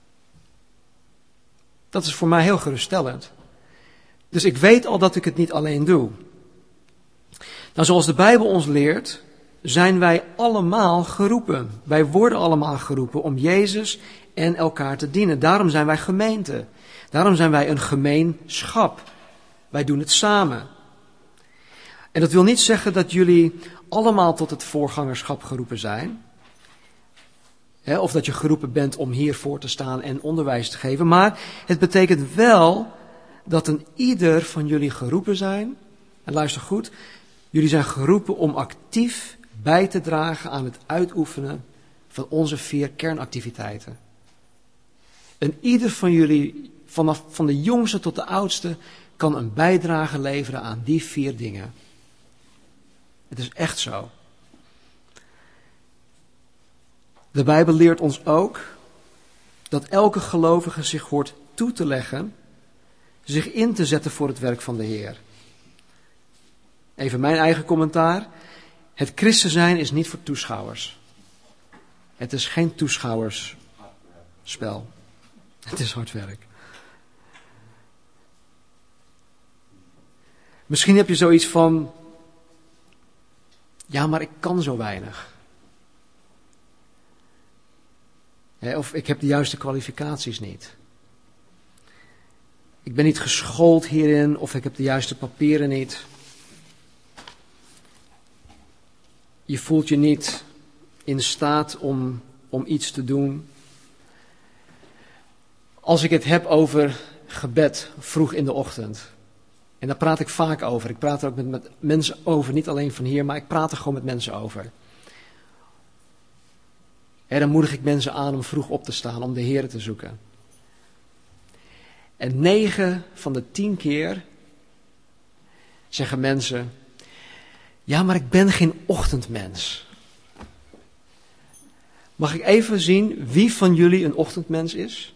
Dat is voor mij heel geruststellend. Dus ik weet al dat ik het niet alleen doe. Nou, zoals de Bijbel ons leert, zijn wij allemaal geroepen. Wij worden allemaal geroepen om Jezus en elkaar te dienen. Daarom zijn wij gemeente. Daarom zijn wij een gemeenschap. Wij doen het samen. En dat wil niet zeggen dat jullie allemaal tot het voorgangerschap geroepen zijn. Hè, of dat je geroepen bent om hier voor te staan en onderwijs te geven. Maar het betekent wel dat een ieder van jullie geroepen zijn. En luister goed. Jullie zijn geroepen om actief bij te dragen aan het uitoefenen van onze vier kernactiviteiten. En ieder van jullie, vanaf van de jongste tot de oudste, kan een bijdrage leveren aan die vier dingen. Het is echt zo. De Bijbel leert ons ook dat elke gelovige zich hoort toe te leggen, zich in te zetten voor het werk van de Heer. Even mijn eigen commentaar. Het christen zijn is niet voor toeschouwers. Het is geen toeschouwersspel. Het is hard werk. Misschien heb je zoiets van, ja, maar ik kan zo weinig. Of ik heb de juiste kwalificaties niet. Ik ben niet geschoold hierin, of ik heb de juiste papieren niet. Je voelt je niet in staat om, om iets te doen. Als ik het heb over gebed vroeg in de ochtend. En daar praat ik vaak over. Ik praat er ook met, met mensen over. Niet alleen van hier, maar ik praat er gewoon met mensen over. En dan moedig ik mensen aan om vroeg op te staan, om de Heer te zoeken. En negen van de tien keer zeggen mensen, ja, maar ik ben geen ochtendmens. Mag ik even zien wie van jullie een ochtendmens is?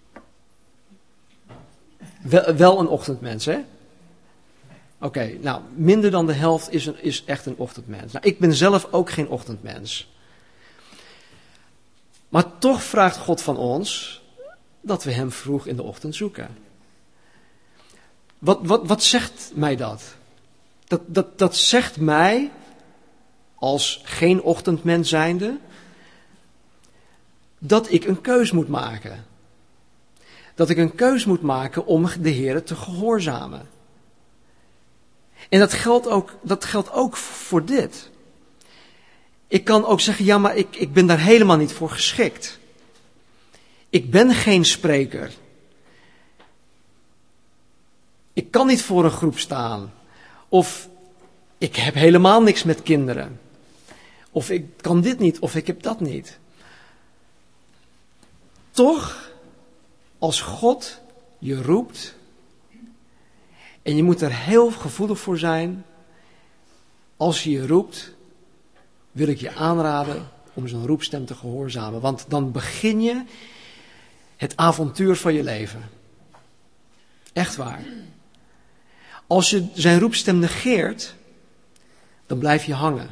Wel, wel een ochtendmens, hè? Oké, okay, nou, minder dan de helft is, een, is echt een ochtendmens. Nou, ik ben zelf ook geen ochtendmens. Maar toch vraagt God van ons dat we hem vroeg in de ochtend zoeken. Wat, wat, wat zegt mij dat? Dat, dat? Dat zegt mij, als geen ochtendmens zijnde, dat ik een keus moet maken. Dat ik een keus moet maken om de Heer te gehoorzamen. En dat geldt ook, dat geldt ook voor dit. Ik kan ook zeggen, ja, maar ik, ik ben daar helemaal niet voor geschikt. Ik ben geen spreker. Ik kan niet voor een groep staan. Of ik heb helemaal niks met kinderen. Of ik kan dit niet, of ik heb dat niet. Toch, als God je roept, en je moet er heel gevoelig voor zijn, als je je roept, wil ik je aanraden om zo'n roepstem te gehoorzamen. Want dan begin je het avontuur van je leven. Echt waar. Als je zijn roepstem negeert, dan blijf je hangen.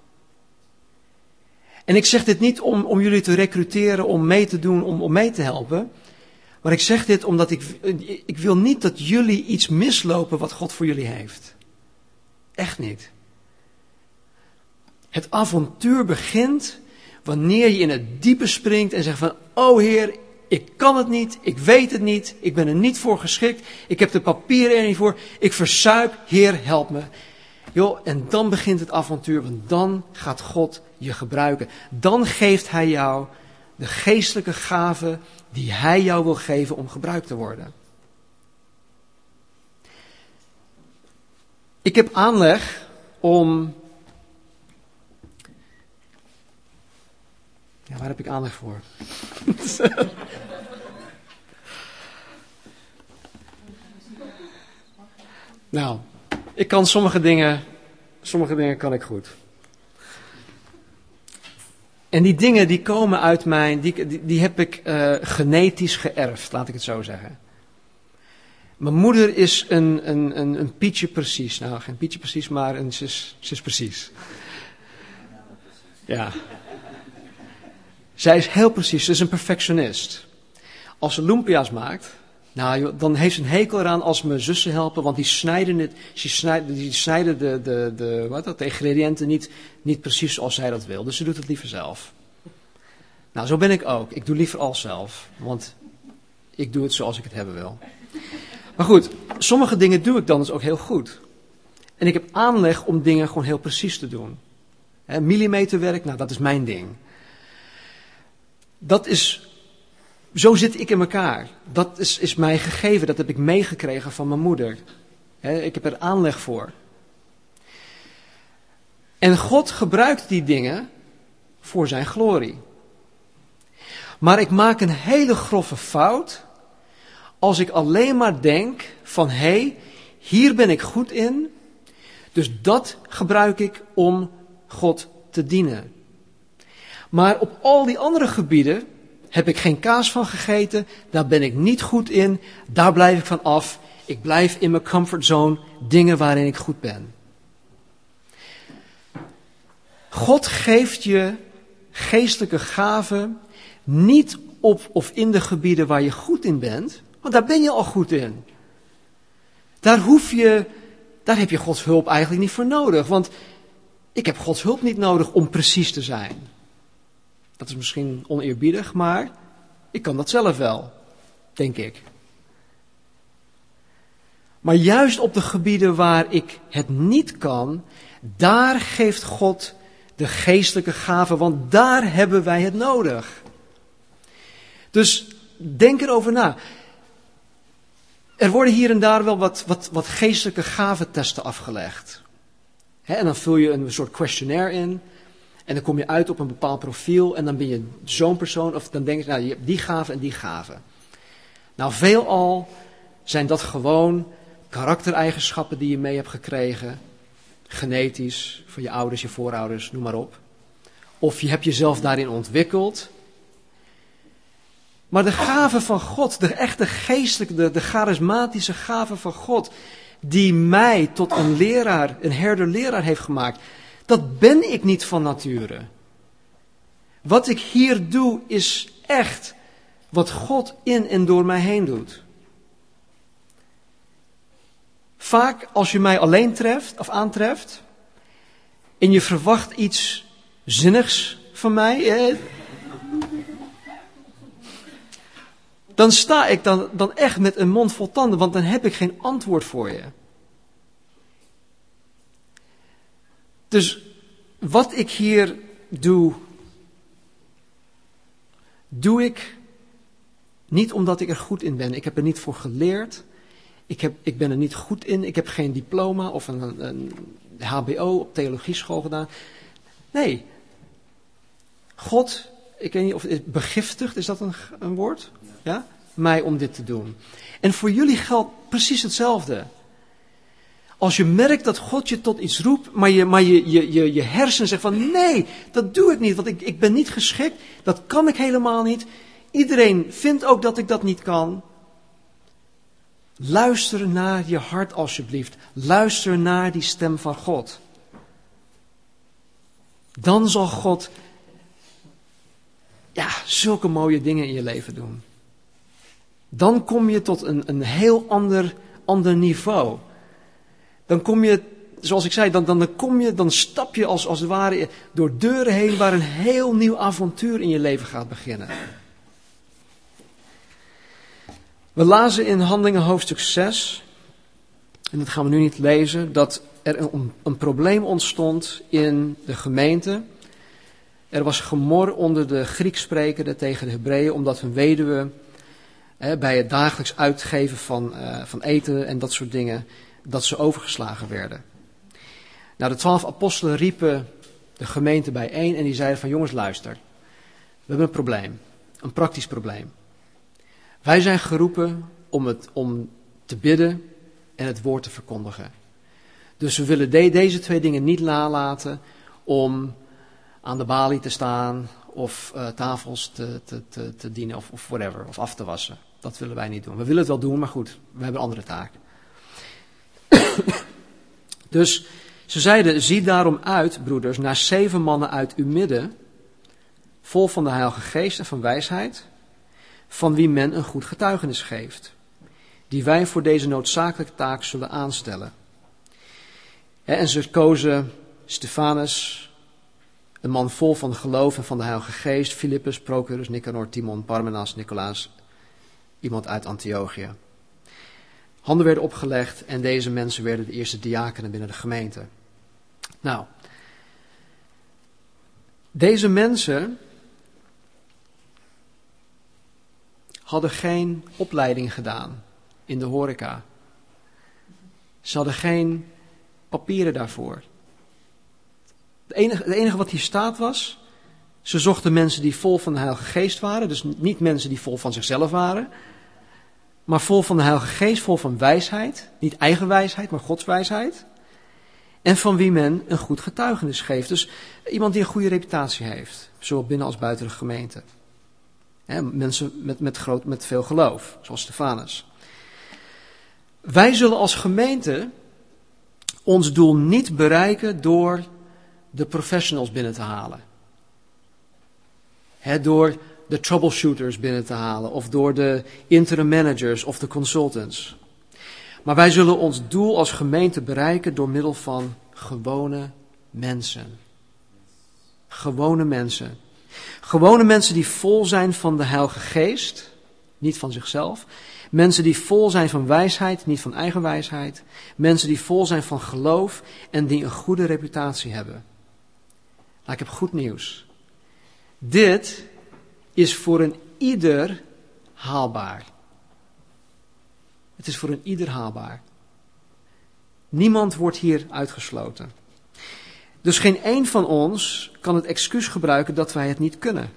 En ik zeg dit niet om, om jullie te recruteren, om mee te doen, om, om mee te helpen. Maar ik zeg dit omdat ik, ik wil niet dat jullie iets mislopen wat God voor jullie heeft. Echt niet. Het avontuur begint wanneer je in het diepe springt en zegt van, oh Heer, ik kan het niet, ik weet het niet, ik ben er niet voor geschikt, ik heb de papieren er niet voor, ik verzuip, Heer, help me. Joh, en dan begint het avontuur, want dan gaat God je gebruiken. Dan geeft Hij jou de geestelijke gaven die Hij jou wil geven om gebruikt te worden. Ik heb aanleg om... Ja, waar heb ik aanleg voor? Nou, ik kan sommige dingen, sommige dingen kan ik goed. En die dingen die komen uit mijn, die, die, die heb ik uh, genetisch geërfd, laat ik het zo zeggen. Mijn moeder is een, een, een, een Pietje precies. Nou, geen Pietje precies, maar een, ze, is, ze is precies. Ja. Zij is heel precies, ze is een perfectionist. Als ze lumpia's maakt, nou, joh, dan heeft ze een hekel eraan als mijn zussen helpen, want die snijden, het, die snijden, die snijden de, de, de, wat dat, de ingrediënten niet, niet precies zoals zij dat wil. Dus ze doet het liever zelf. Nou, zo ben ik ook. Ik doe liever alles zelf, want ik doe het zoals ik het hebben wil. Maar goed, sommige dingen doe ik dan dus ook heel goed. En ik heb aanleg om dingen gewoon heel precies te doen. He, millimeterwerk, nou dat is mijn ding. Dat is, zo zit ik in elkaar. Dat is, is mij gegeven, dat heb ik meegekregen van mijn moeder. He, ik heb er aanleg voor. En God gebruikt die dingen voor zijn glorie. Maar ik maak een hele grove fout als ik alleen maar denk van, hé, hey, hier ben ik goed in, dus dat gebruik ik om God te dienen. Maar op al die andere gebieden heb ik geen kaas van gegeten, daar ben ik niet goed in, daar blijf ik van af. Ik blijf in mijn comfortzone, dingen waarin ik goed ben. God geeft je geestelijke gaven niet op of in de gebieden waar je goed in bent, want daar ben je al goed in. Daar hoef je, daar heb je Gods hulp eigenlijk niet voor nodig, want ik heb Gods hulp niet nodig om precies te zijn. Dat is misschien oneerbiedig, maar ik kan dat zelf wel, denk ik. Maar juist op de gebieden waar ik het niet kan, daar geeft God de geestelijke gaven, want daar hebben wij het nodig. Dus denk erover na. Er worden hier en daar wel wat, wat, wat geestelijke gaventesten afgelegd. He, en dan vul je een soort questionnaire in. En dan kom je uit op een bepaald profiel. En dan ben je zo'n persoon. Of dan denk je, nou, je hebt die gave en die gave. Nou, veelal zijn dat gewoon karaktereigenschappen die je mee hebt gekregen. Genetisch, van je ouders, je voorouders, noem maar op. Of je hebt jezelf daarin ontwikkeld. Maar de gaven van God, de echte geestelijke, de, de charismatische gaven van God, die mij tot een leraar, een herder-leraar heeft gemaakt, dat ben ik niet van nature. Wat ik hier doe is echt wat God in en door mij heen doet. Vaak als je mij alleen treft of aantreft en je verwacht iets zinnigs van mij, eh, dan sta ik dan, dan echt met een mond vol tanden, want dan heb ik geen antwoord voor je. Dus wat ik hier doe, doe ik niet omdat ik er goed in ben. Ik heb er niet voor geleerd. Ik, heb, ik ben er niet goed in. Ik heb geen diploma of een, een H B O op theologieschool gedaan. Nee. God, ik weet niet of het begiftigt, is dat een, een woord? Ja? Mij om dit te doen. En voor jullie geldt precies hetzelfde. Als je merkt dat God je tot iets roept, maar je, maar je, je, je, je hersenen zegt van nee, dat doe ik niet, want ik, ik ben niet geschikt, dat kan ik helemaal niet. Iedereen vindt ook dat ik dat niet kan. Luister naar je hart alsjeblieft. Luister naar die stem van God. Dan zal God ja, zulke mooie dingen in je leven doen. Dan kom je tot een, een heel ander, ander niveau. Dan kom je, zoals ik zei, dan, dan, dan, kom je, dan stap je als, als het ware door deuren heen waar een heel nieuw avontuur in je leven gaat beginnen. We lazen in Handelingen hoofdstuk zes, en dat gaan we nu niet lezen, dat er een, een probleem ontstond in de gemeente. Er was gemor onder de Grieksprekenden tegen de Hebreeën, omdat hun weduwen hè, bij het dagelijks uitgeven van, uh, van eten en dat soort dingen, dat ze overgeslagen werden. Nou, de twaalf apostelen riepen de gemeente bijeen en die zeiden van jongens luister, we hebben een probleem, een praktisch probleem. Wij zijn geroepen om, het, om te bidden en het woord te verkondigen. Dus we willen de, deze twee dingen niet nalaten om aan de balie te staan of uh, tafels te, te, te, te dienen of, of whatever, of af te wassen. Dat willen wij niet doen. We willen het wel doen, maar goed, we hebben een andere taak. Dus ze zeiden, zie daarom uit, broeders, naar zeven mannen uit uw midden, vol van de Heilige Geest en van wijsheid, van wie men een goed getuigenis geeft, die wij voor deze noodzakelijke taak zullen aanstellen. En ze kozen Stefanus, een man vol van geloof en van de Heilige Geest, Filippus, Prochorus, Nicanor, Timon, Parmenas, Nicolaas, iemand uit Antiochië. Handen werden opgelegd en deze mensen werden de eerste diakenen binnen de gemeente. Nou, deze mensen hadden geen opleiding gedaan in de horeca. Ze hadden geen papieren daarvoor. Het enige, het enige wat hier staat was, ze zochten mensen die vol van de Heilige Geest waren, dus niet mensen die vol van zichzelf waren, maar vol van de Heilige Geest, vol van wijsheid, niet eigen wijsheid, maar Gods wijsheid, en van wie men een goed getuigenis geeft. Dus iemand die een goede reputatie heeft, zowel binnen als buiten de gemeente. He, mensen met, met, groot, met veel geloof, zoals Stefanus. Wij zullen als gemeente ons doel niet bereiken door de professionals binnen te halen. He, door de troubleshooters binnen te halen, of door de interim managers of de consultants. Maar wij zullen ons doel als gemeente bereiken door middel van gewone mensen. Gewone mensen. Gewone mensen die vol zijn van de Heilige Geest, niet van zichzelf. Mensen die vol zijn van wijsheid, niet van eigen wijsheid. Mensen die vol zijn van geloof en die een goede reputatie hebben. Nou, ik heb goed nieuws. Dit is voor een ieder haalbaar. Het is voor een ieder haalbaar. Niemand wordt hier uitgesloten. Dus geen één van ons kan het excuus gebruiken dat wij het niet kunnen.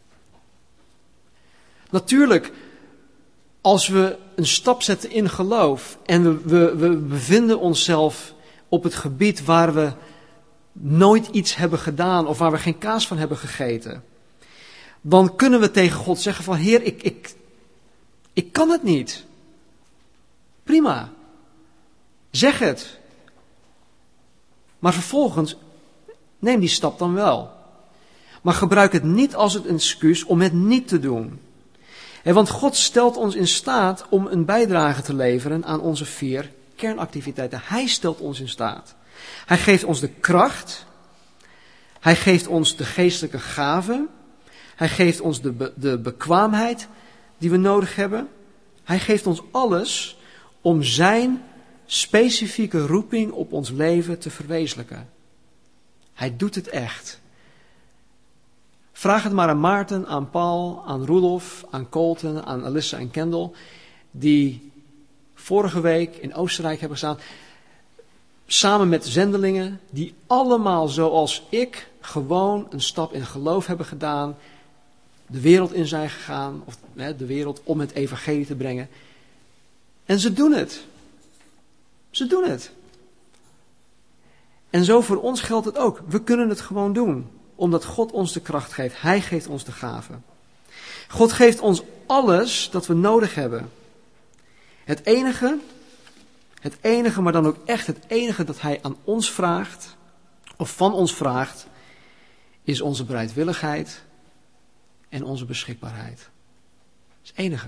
Natuurlijk, als we een stap zetten in geloof en we, we, we bevinden onszelf op het gebied waar we nooit iets hebben gedaan of waar we geen kaas van hebben gegeten, dan kunnen we tegen God zeggen van Heer, ik, ik, ik kan het niet. Prima. Zeg het. Maar vervolgens, neem die stap dan wel. Maar gebruik het niet als een excuus om het niet te doen. En want God stelt ons in staat om een bijdrage te leveren aan onze vier kernactiviteiten. Hij stelt ons in staat. Hij geeft ons de kracht. Hij geeft ons de geestelijke gaven. Hij geeft ons de, be, de bekwaamheid die we nodig hebben. Hij geeft ons alles om zijn specifieke roeping op ons leven te verwezenlijken. Hij doet het echt. Vraag het maar aan Maarten, aan Paul, aan Roelof, aan Colton, aan Alyssa en Kendall, die vorige week in Oostenrijk hebben gestaan, samen met zendelingen, die allemaal zoals ik gewoon een stap in geloof hebben gedaan, de wereld in zijn gegaan, of hè, de wereld om het evangelie te brengen. En ze doen het. Ze doen het. En zo voor ons geldt het ook. We kunnen het gewoon doen. Omdat God ons de kracht geeft. Hij geeft ons de gaven. God geeft ons alles dat we nodig hebben. Het enige, het enige, maar dan ook echt het enige dat Hij aan ons vraagt, of van ons vraagt, is onze bereidwilligheid en onze beschikbaarheid. Dat is het enige.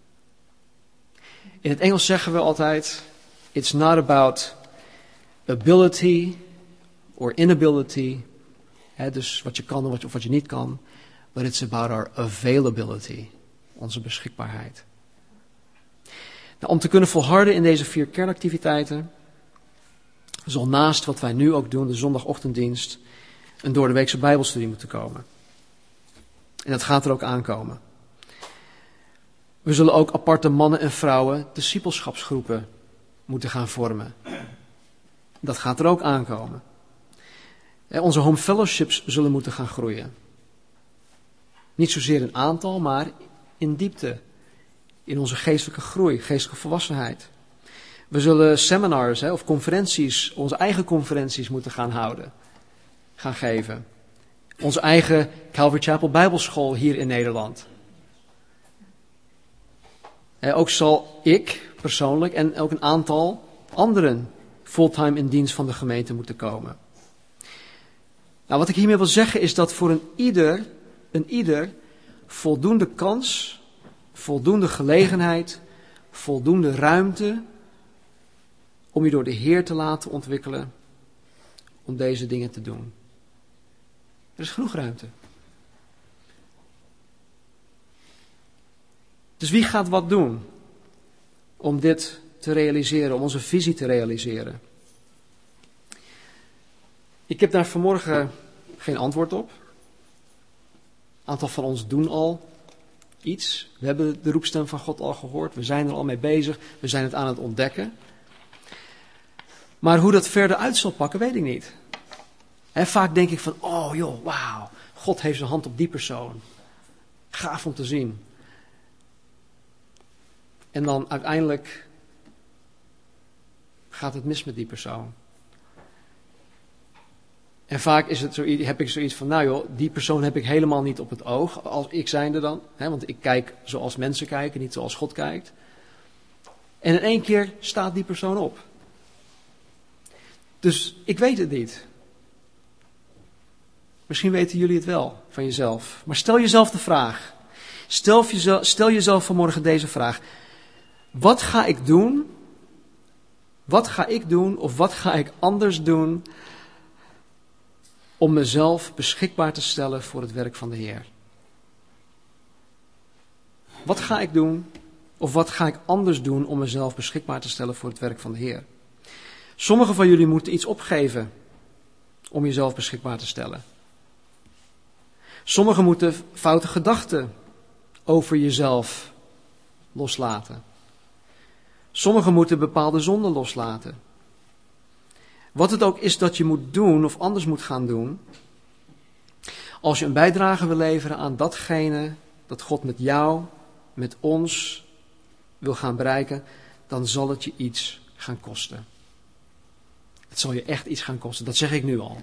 In het Engels zeggen we altijd, it's not about ability or inability, hè, dus wat je kan of wat je, of wat je niet kan, but it's about our availability, onze beschikbaarheid. Nou, om te kunnen volharden in deze vier kernactiviteiten, zal naast wat wij nu ook doen, de zondagochtenddienst, een doordeweekse bijbelstudie moeten komen. En dat gaat er ook aankomen. We zullen ook aparte mannen en vrouwen discipelschapsgroepen moeten gaan vormen. Dat gaat er ook aankomen. En onze home fellowships zullen moeten gaan groeien. Niet zozeer in aantal, maar in diepte. In onze geestelijke groei, geestelijke volwassenheid. We zullen seminars hè, of conferenties, onze eigen conferenties moeten gaan houden. Gaan geven. Onze eigen Calvary Chapel Bijbelschool hier in Nederland. En ook zal ik persoonlijk en ook een aantal anderen fulltime in dienst van de gemeente moeten komen. Nou, wat ik hiermee wil zeggen is dat voor een ieder, een ieder voldoende kans, voldoende gelegenheid, voldoende ruimte om je door de Heer te laten ontwikkelen om deze dingen te doen. Er is genoeg ruimte. Dus wie gaat wat doen om dit te realiseren, om onze visie te realiseren? Ik heb daar vanmorgen geen antwoord op. Een aantal van ons doen al iets. We hebben de roepstem van God al gehoord. We zijn er al mee bezig. We zijn het aan het ontdekken. Maar hoe dat verder uit zal pakken, weet ik niet. He, vaak denk ik van, oh joh, wauw. God heeft zijn hand op die persoon. Gaaf om te zien. En dan uiteindelijk gaat het mis met die persoon. En vaak is het zo, heb ik zoiets van, nou joh, die persoon heb ik helemaal niet op het oog, als ik zijnde dan. Hè, want ik kijk zoals mensen kijken, niet zoals God kijkt. En in één keer staat die persoon op. Dus ik weet het niet. Misschien weten jullie het wel van jezelf. Maar stel jezelf de vraag. Stel jezelf, stel jezelf vanmorgen deze vraag. Wat ga ik doen? Wat ga ik doen of wat ga ik anders doen om mezelf beschikbaar te stellen voor het werk van de Heer? Wat ga ik doen of wat ga ik anders doen om mezelf beschikbaar te stellen voor het werk van de Heer? Sommigen van jullie moeten iets opgeven om jezelf beschikbaar te stellen. Sommigen moeten foute gedachten over jezelf loslaten. Sommigen moeten bepaalde zonden loslaten. Wat het ook is dat je moet doen of anders moet gaan doen. Als je een bijdrage wil leveren aan datgene dat God met jou, met ons wil gaan bereiken, dan zal het je iets gaan kosten. Het zal je echt iets gaan kosten, dat zeg ik nu al.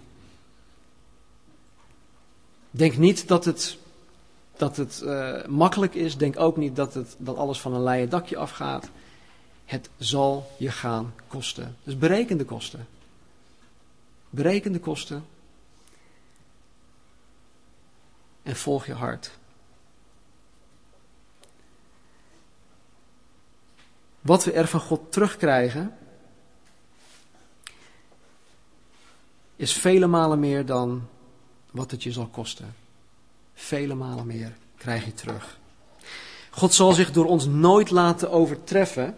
Denk niet dat het, dat het uh, makkelijk is. Denk ook niet dat, het, dat alles van een leien dakje afgaat. Het zal je gaan kosten. Dus bereken de kosten. Bereken de kosten. En volg je hart. Wat we er van God terugkrijgen, is vele malen meer dan wat het je zal kosten. Vele malen meer krijg je terug. God zal zich door ons nooit laten overtreffen.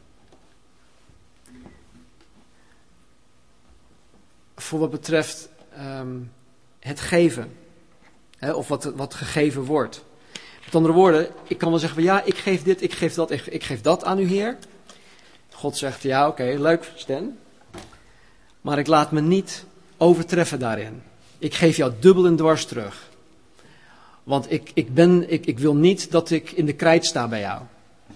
Voor wat betreft um, het geven. Hè, of wat, wat gegeven wordt. Met andere woorden, ik kan wel zeggen van ja, ik geef dit, ik geef dat, ik, ik geef dat aan u Heer. God zegt ja, oké, okay, leuk Stan. Maar ik laat me niet overtreffen daarin. Ik geef jou dubbel en dwars terug. Want ik, ik, ben, ik, ik wil niet dat ik in de krijt sta bij jou.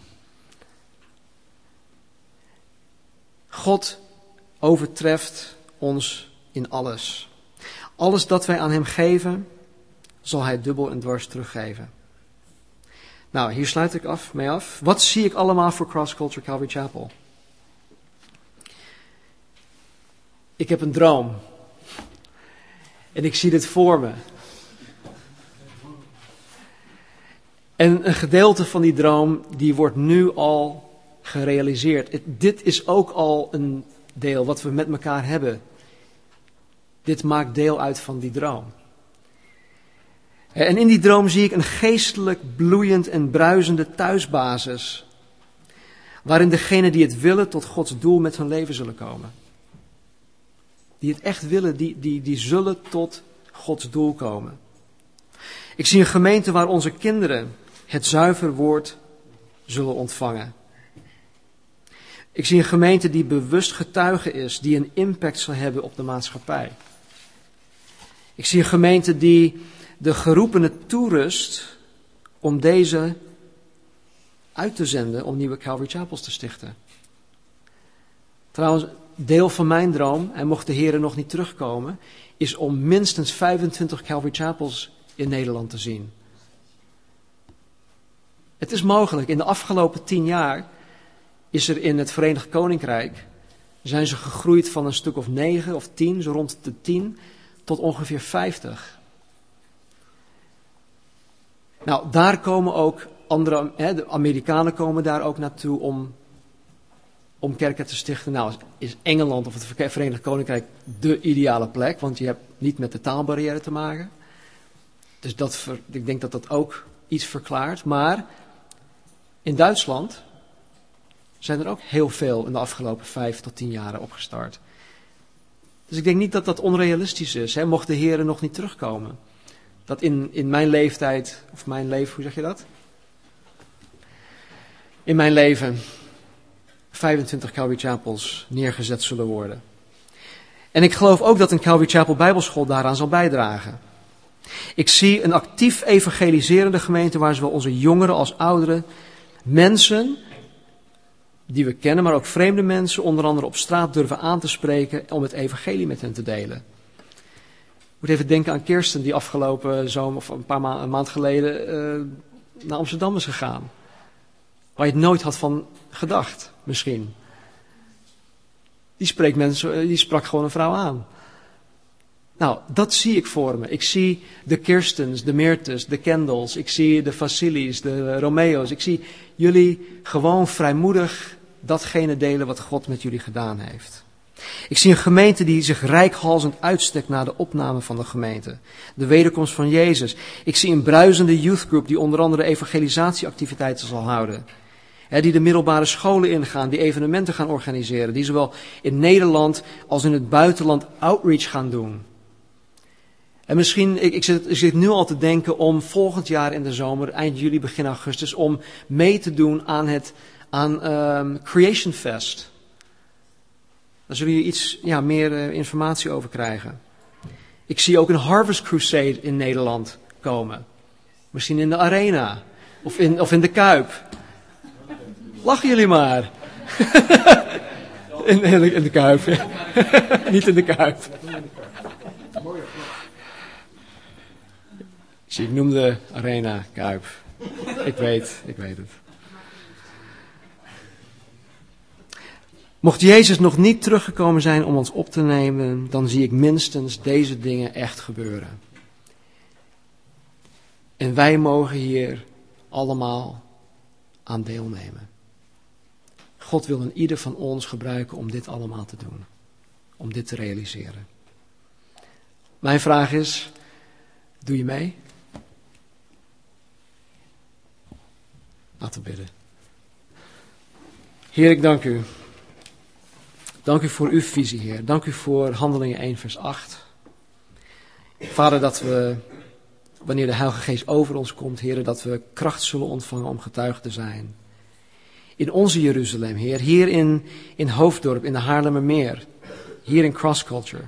God overtreft ons in alles. Alles dat wij aan hem geven, zal hij dubbel en dwars teruggeven. Nou, hier sluit ik af, mee af. Wat zie ik allemaal voor Cross Culture Calvary Chapel? Ik heb een droom. En ik zie dit voor me. En een gedeelte van die droom, die wordt nu al gerealiseerd. Het, dit is ook al een deel wat we met elkaar hebben. Dit maakt deel uit van die droom. En in die droom zie ik een geestelijk bloeiend en bruisende thuisbasis. Waarin degenen die het willen tot Gods doel met hun leven zullen komen. Die het echt willen, die, die, die zullen tot Gods doel komen. Ik zie een gemeente waar onze kinderen het zuiver woord zullen ontvangen. Ik zie een gemeente die bewust getuige is, die een impact zal hebben op de maatschappij. Ik zie een gemeente die de geroepenen toerust om deze uit te zenden om nieuwe Calvary Chapels te stichten. Trouwens, deel van mijn droom, en mocht de Heer nog niet terugkomen, is om minstens vijfentwintig Calvary Chapels in Nederland te zien. Het is mogelijk. In de afgelopen tien jaar is er in het Verenigd Koninkrijk, zijn ze gegroeid van een stuk of negen of tien, zo rond de tien, tot ongeveer vijftig. Nou, daar komen ook andere, hè, de Amerikanen komen daar ook naartoe om, om kerken te stichten. Nou, is Engeland of het Verenigd Koninkrijk de ideale plek, want je hebt niet met de taalbarrière te maken. Dus dat, ik denk dat dat ook iets verklaart. Maar in Duitsland zijn er ook heel veel in de afgelopen vijf tot tien jaren opgestart. Dus ik denk niet dat dat onrealistisch is, hè, mocht de Heer nog niet terugkomen. Dat in, in mijn leeftijd, of mijn leven, hoe zeg je dat? In mijn leven vijfentwintig Calvary Chapels neergezet zullen worden. En ik geloof ook dat een Calvary Chapel Bijbelschool daaraan zal bijdragen. Ik zie een actief evangeliserende gemeente waar zowel onze jongeren als ouderen, mensen die we kennen, maar ook vreemde mensen, onder andere op straat durven aan te spreken om het evangelie met hen te delen. Ik moet even denken aan Kirsten, die afgelopen zomer of een paar maanden, een maand geleden uh, naar Amsterdam is gegaan. Waar je het nooit had van gedacht, misschien. Die, spreekt mensen, die sprak gewoon een vrouw aan. Nou, dat zie ik voor me. Ik zie de Kirstens, de Meertes, de Kendalls, ik zie de Vasilis, de Romeo's. Ik zie jullie gewoon vrijmoedig datgene delen wat God met jullie gedaan heeft. Ik zie een gemeente die zich reikhalzend uitstrekt naar de opname van de gemeente. De wederkomst van Jezus. Ik zie een bruisende youthgroup die onder andere evangelisatieactiviteiten zal houden. He, die de middelbare scholen ingaan, die evenementen gaan organiseren. Die zowel in Nederland als in het buitenland outreach gaan doen. En misschien, ik, ik, zit, ik zit nu al te denken om volgend jaar in de zomer, eind juli, begin augustus, om mee te doen aan het aan, um, Creation Fest. Daar zullen jullie iets ja, meer uh, informatie over krijgen. Ik zie ook een Harvest Crusade in Nederland komen. Misschien in de Arena. Of in, of in de Kuip. Lachen jullie maar. in, in, de, in de Kuip. Ja. Niet in de Kuip. Zie, ik noemde Arena Kuip. Ik weet, ik weet het. Mocht Jezus nog niet teruggekomen zijn om ons op te nemen, dan zie ik minstens deze dingen echt gebeuren. En wij mogen hier allemaal aan deelnemen. God wil een ieder van ons gebruiken om dit allemaal te doen. Om dit te realiseren. Mijn vraag is, doe je mee? Laten we bidden. Heer, ik dank u. Dank u voor uw visie, Heer. Dank u voor Handelingen één, vers acht. Vader, dat we, wanneer de Heilige Geest over ons komt, Heer, dat we kracht zullen ontvangen om getuige te zijn. In onze Jeruzalem, Heer. Hier in, in Hoofddorp, in de Haarlemmermeer. Hier in Cross Culture.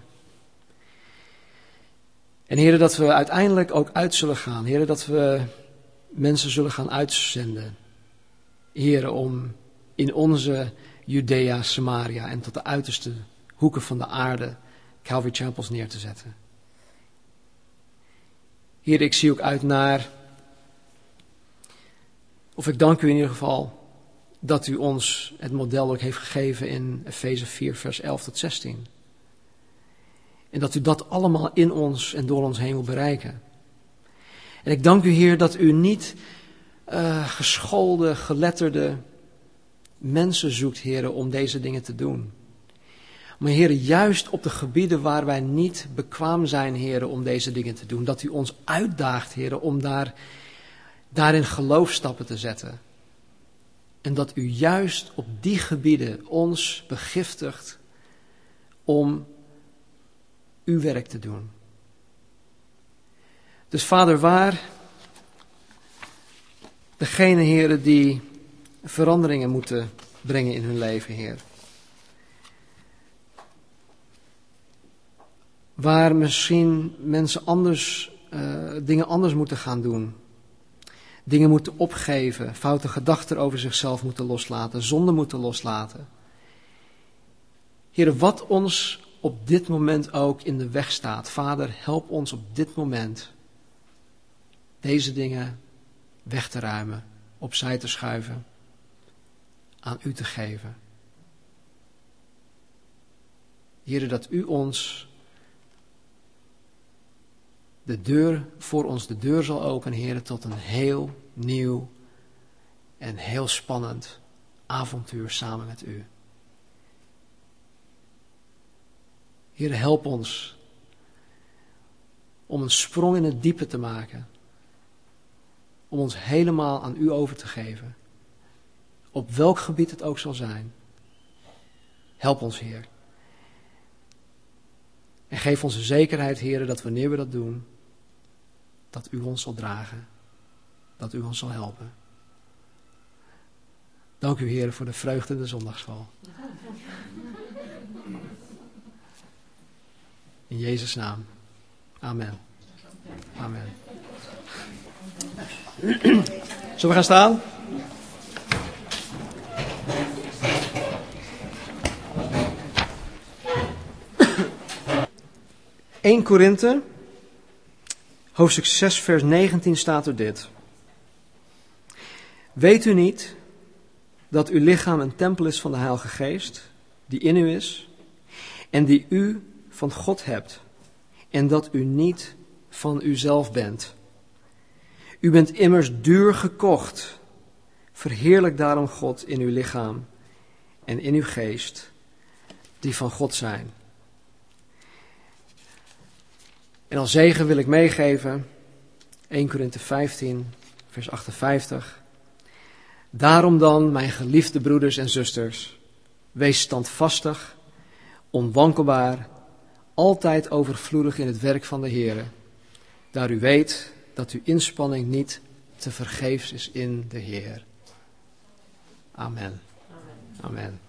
En Heer, dat we uiteindelijk ook uit zullen gaan. Heer, dat we mensen zullen gaan uitzenden. Heer, om in onze Judea, Samaria en tot de uiterste hoeken van de aarde Calvary Chapels neer te zetten. Heer, ik zie ook uit naar, of ik dank u in ieder geval, dat u ons het model ook heeft gegeven in Efeze vier, vers elf tot zestien. En dat u dat allemaal in ons en door ons heen wil bereiken. En ik dank u, Heer, dat u niet uh, geschoolde, geletterde mensen zoekt, Heer, om deze dingen te doen. Maar Heer, juist op de gebieden waar wij niet bekwaam zijn, Heer, om deze dingen te doen. Dat u ons uitdaagt, Heer, om daar, daarin geloofstappen te zetten. En dat u juist op die gebieden ons begiftigt om uw werk te doen. Dus Vader, waar degene, Heer, die veranderingen moeten brengen in hun leven, Heer. Waar misschien mensen anders, uh, dingen anders moeten gaan doen. Dingen moeten opgeven, foute gedachten over zichzelf moeten loslaten, zonde moeten loslaten. Heere, wat ons op dit moment ook in de weg staat. Vader, help ons op dit moment deze dingen weg te ruimen, opzij te schuiven, aan u te geven. Heere, dat u ons de deur, voor ons de deur zal openen, Heere, tot een heel nieuw en heel spannend avontuur samen met u. Heere, help ons om een sprong in het diepe te maken. Om ons helemaal aan u over te geven. Op welk gebied het ook zal zijn. Help ons, Heer. En geef ons de zekerheid, Heer, dat wanneer we dat doen, dat u ons zal dragen. Dat u ons zal helpen. Dank u, Heer, voor de vreugde in de zondagschool. In Jezus' naam. Amen. Amen. Zullen we gaan staan? Eerste Korinthe, hoofdstuk zes, vers negentien staat er dit. Weet u niet dat uw lichaam een tempel is van de Heilige Geest, die in u is, en die u van God hebt, en dat u niet van uzelf bent. U bent immers duur gekocht. Verheerlijk daarom God in uw lichaam en in uw geest, die van God zijn. En als zegen wil ik meegeven, Eerste Korinthe vijftien, vers achtenvijftig. Daarom dan, mijn geliefde broeders en zusters, wees standvastig, onwankelbaar, altijd overvloedig in het werk van de Heere, daar u weet dat uw inspanning niet te vergeefs is in de Heer. Amen. Amen. Amen.